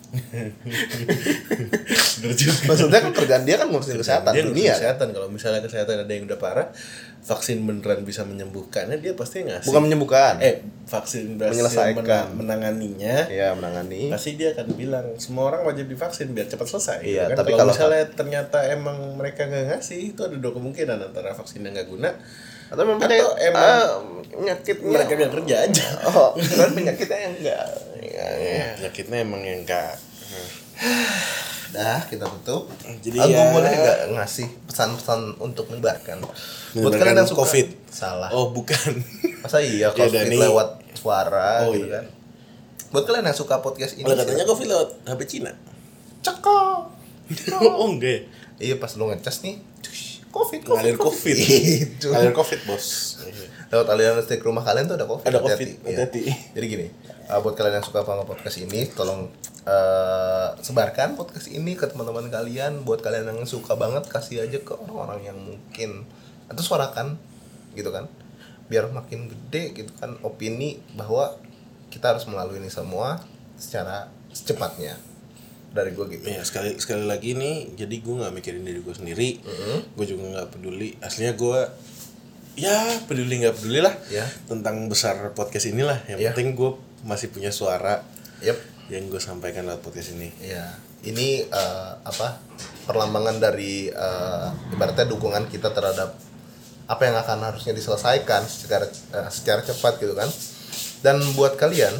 Bener juga. Maksudnya kan kerjaan dia kan ngurusin kesehatan Dia dunia. Kan? kesehatan. Kalau misalnya kesehatan ada yang udah parah, vaksin beneran bisa menyembuhkannya, dia pasti ngasih. Bukan menyembuhkan. Vaksin berhasil Menyelesaikan. menanganinya. Ya menangani. Pasti dia akan bilang semua orang wajib divaksin biar cepat selesai. Iya, gitu kan? tapi kalau kalau- misalnya ternyata emang mereka nggak ngasih, itu ada dua kemungkinan, antara vaksin yang nggak guna Atau memang atau emang penyakitnya mereka nggak kerja aja. Oh, kan penyakitnya yang enggak. Penyakitnya emang yang nggak. Dah, kita tutup. Jadi Aku ya, boleh nggak ngasih pesan-pesan untuk menyebarkan? Buat menyebarkan kalian yang suka COVID. Salah. Oh, bukan. Masa iya Ya, COVID Dani. lewat suara Oh, gitu iya. kan? Buat kalian yang suka podcast ini. Kalau katanya COVID lewat HP Cina. cekok. Oh, enggak ya? Iya pas lu ngecas nih. COVID. Ngalir COVID. Itu. Ngalir COVID, Bos. Lewat aliran listrik rumah kalian tuh ada COVID. Ada Hati-hati. COVID, hati-hati. Iya. Jadi gini, buat kalian yang suka banget podcast ini, tolong sebarkan podcast ini ke teman-teman kalian. Buat kalian yang suka banget, kasih aja ke orang-orang yang mungkin atau suarakan gitu kan, biar makin gede gitu kan opini bahwa kita harus melalui ini semua secara secepatnya. Dari gue gitu. Ya sekali lagi nih, jadi gue nggak mikirin diri gue sendiri, gue juga nggak peduli. Aslinya gue ya peduli nggak peduli lah Ya. tentang besar podcast inilah. Yang Ya. penting gue masih punya suara Yep. yang gue sampaikan lewat podcast ini. Ya, ini perlambangan dari ibaratnya dukungan kita terhadap apa yang akan harusnya diselesaikan secara cepat gitu kan. Dan buat kalian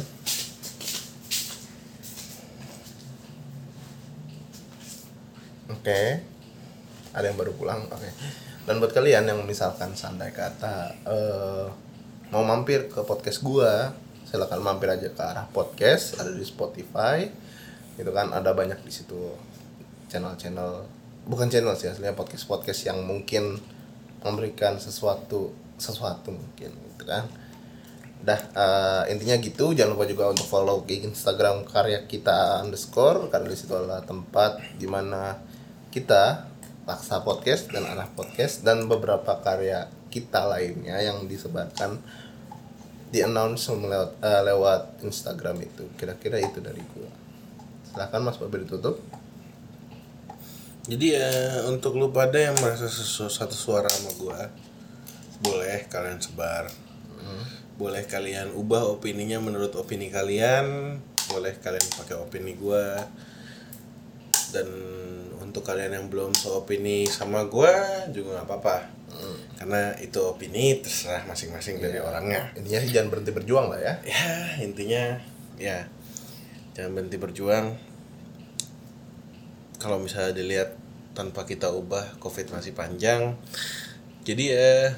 Oke. Ada yang baru pulang. Oke. Dan buat kalian yang misalkan sandai kata mau mampir ke podcast gua, silakan mampir aja ke arah podcast, ada di Spotify. Gitu kan, ada banyak di situ channel-channel, bukan channel sih aslinya podcast yang mungkin memberikan sesuatu mungkin gitu kan. Dah, intinya gitu. Jangan lupa juga untuk follow ke Instagram karya kita _ karena di situ adalah tempat dimana kita paksa podcast dan arah podcast dan beberapa karya kita lainnya yang disebarkan di announce lewat Instagram itu. Kira-kira itu dari gua. Silakan Mas Babe ditutup. Jadi ya untuk lu pada yang merasa satu suara sama gua, boleh kalian sebar. Boleh kalian ubah opininya menurut opini kalian, boleh kalian pakai opini gua. Dan untuk kalian yang belum seopini sama gua juga nggak apa-apa. Karena itu opini terserah masing-masing dari orangnya. Intinya sih jangan berhenti berjuang lah ya. Ya, intinya ya jangan berhenti berjuang. Kalau misalnya dilihat tanpa kita ubah, COVID masih panjang. Jadi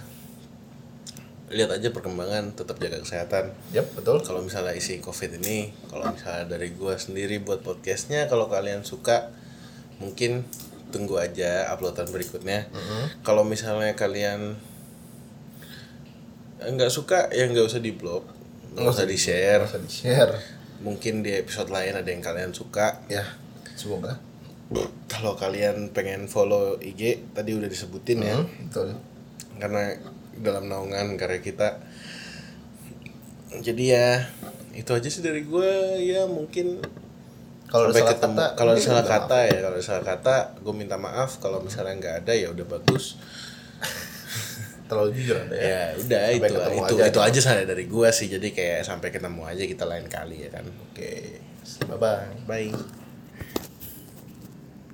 lihat aja perkembangan, tetap jaga kesehatan. Yap, betul. Kalau misalnya isi COVID ini, kalau misalnya dari gua sendiri buat podcastnya, kalau kalian suka mungkin tunggu aja uploadan berikutnya. Kalau misalnya kalian nggak suka, ya nggak usah di-blog, nggak usah di-share. Nggak usah di-share. Mungkin di episode lain ada yang kalian suka. Ya, semoga. Kalau kalian pengen follow IG, tadi udah disebutin ya. Betul. Karena dalam naungan karya kita. Jadi ya itu aja sih dari gue. Ya mungkin Kalau sampai salah ketemu. kata, Kalau mungkin salah minta kata ya, kalau salah kata gue minta maaf. Kalau misalnya nggak ada ya udah bagus. terlalu jujur ada ya. Ya udah Sampai ketemu aja. itu aja saya dari gue sih. Jadi kayak sampai ketemu aja kita lain kali ya kan. Oke. Bye bye. Bye.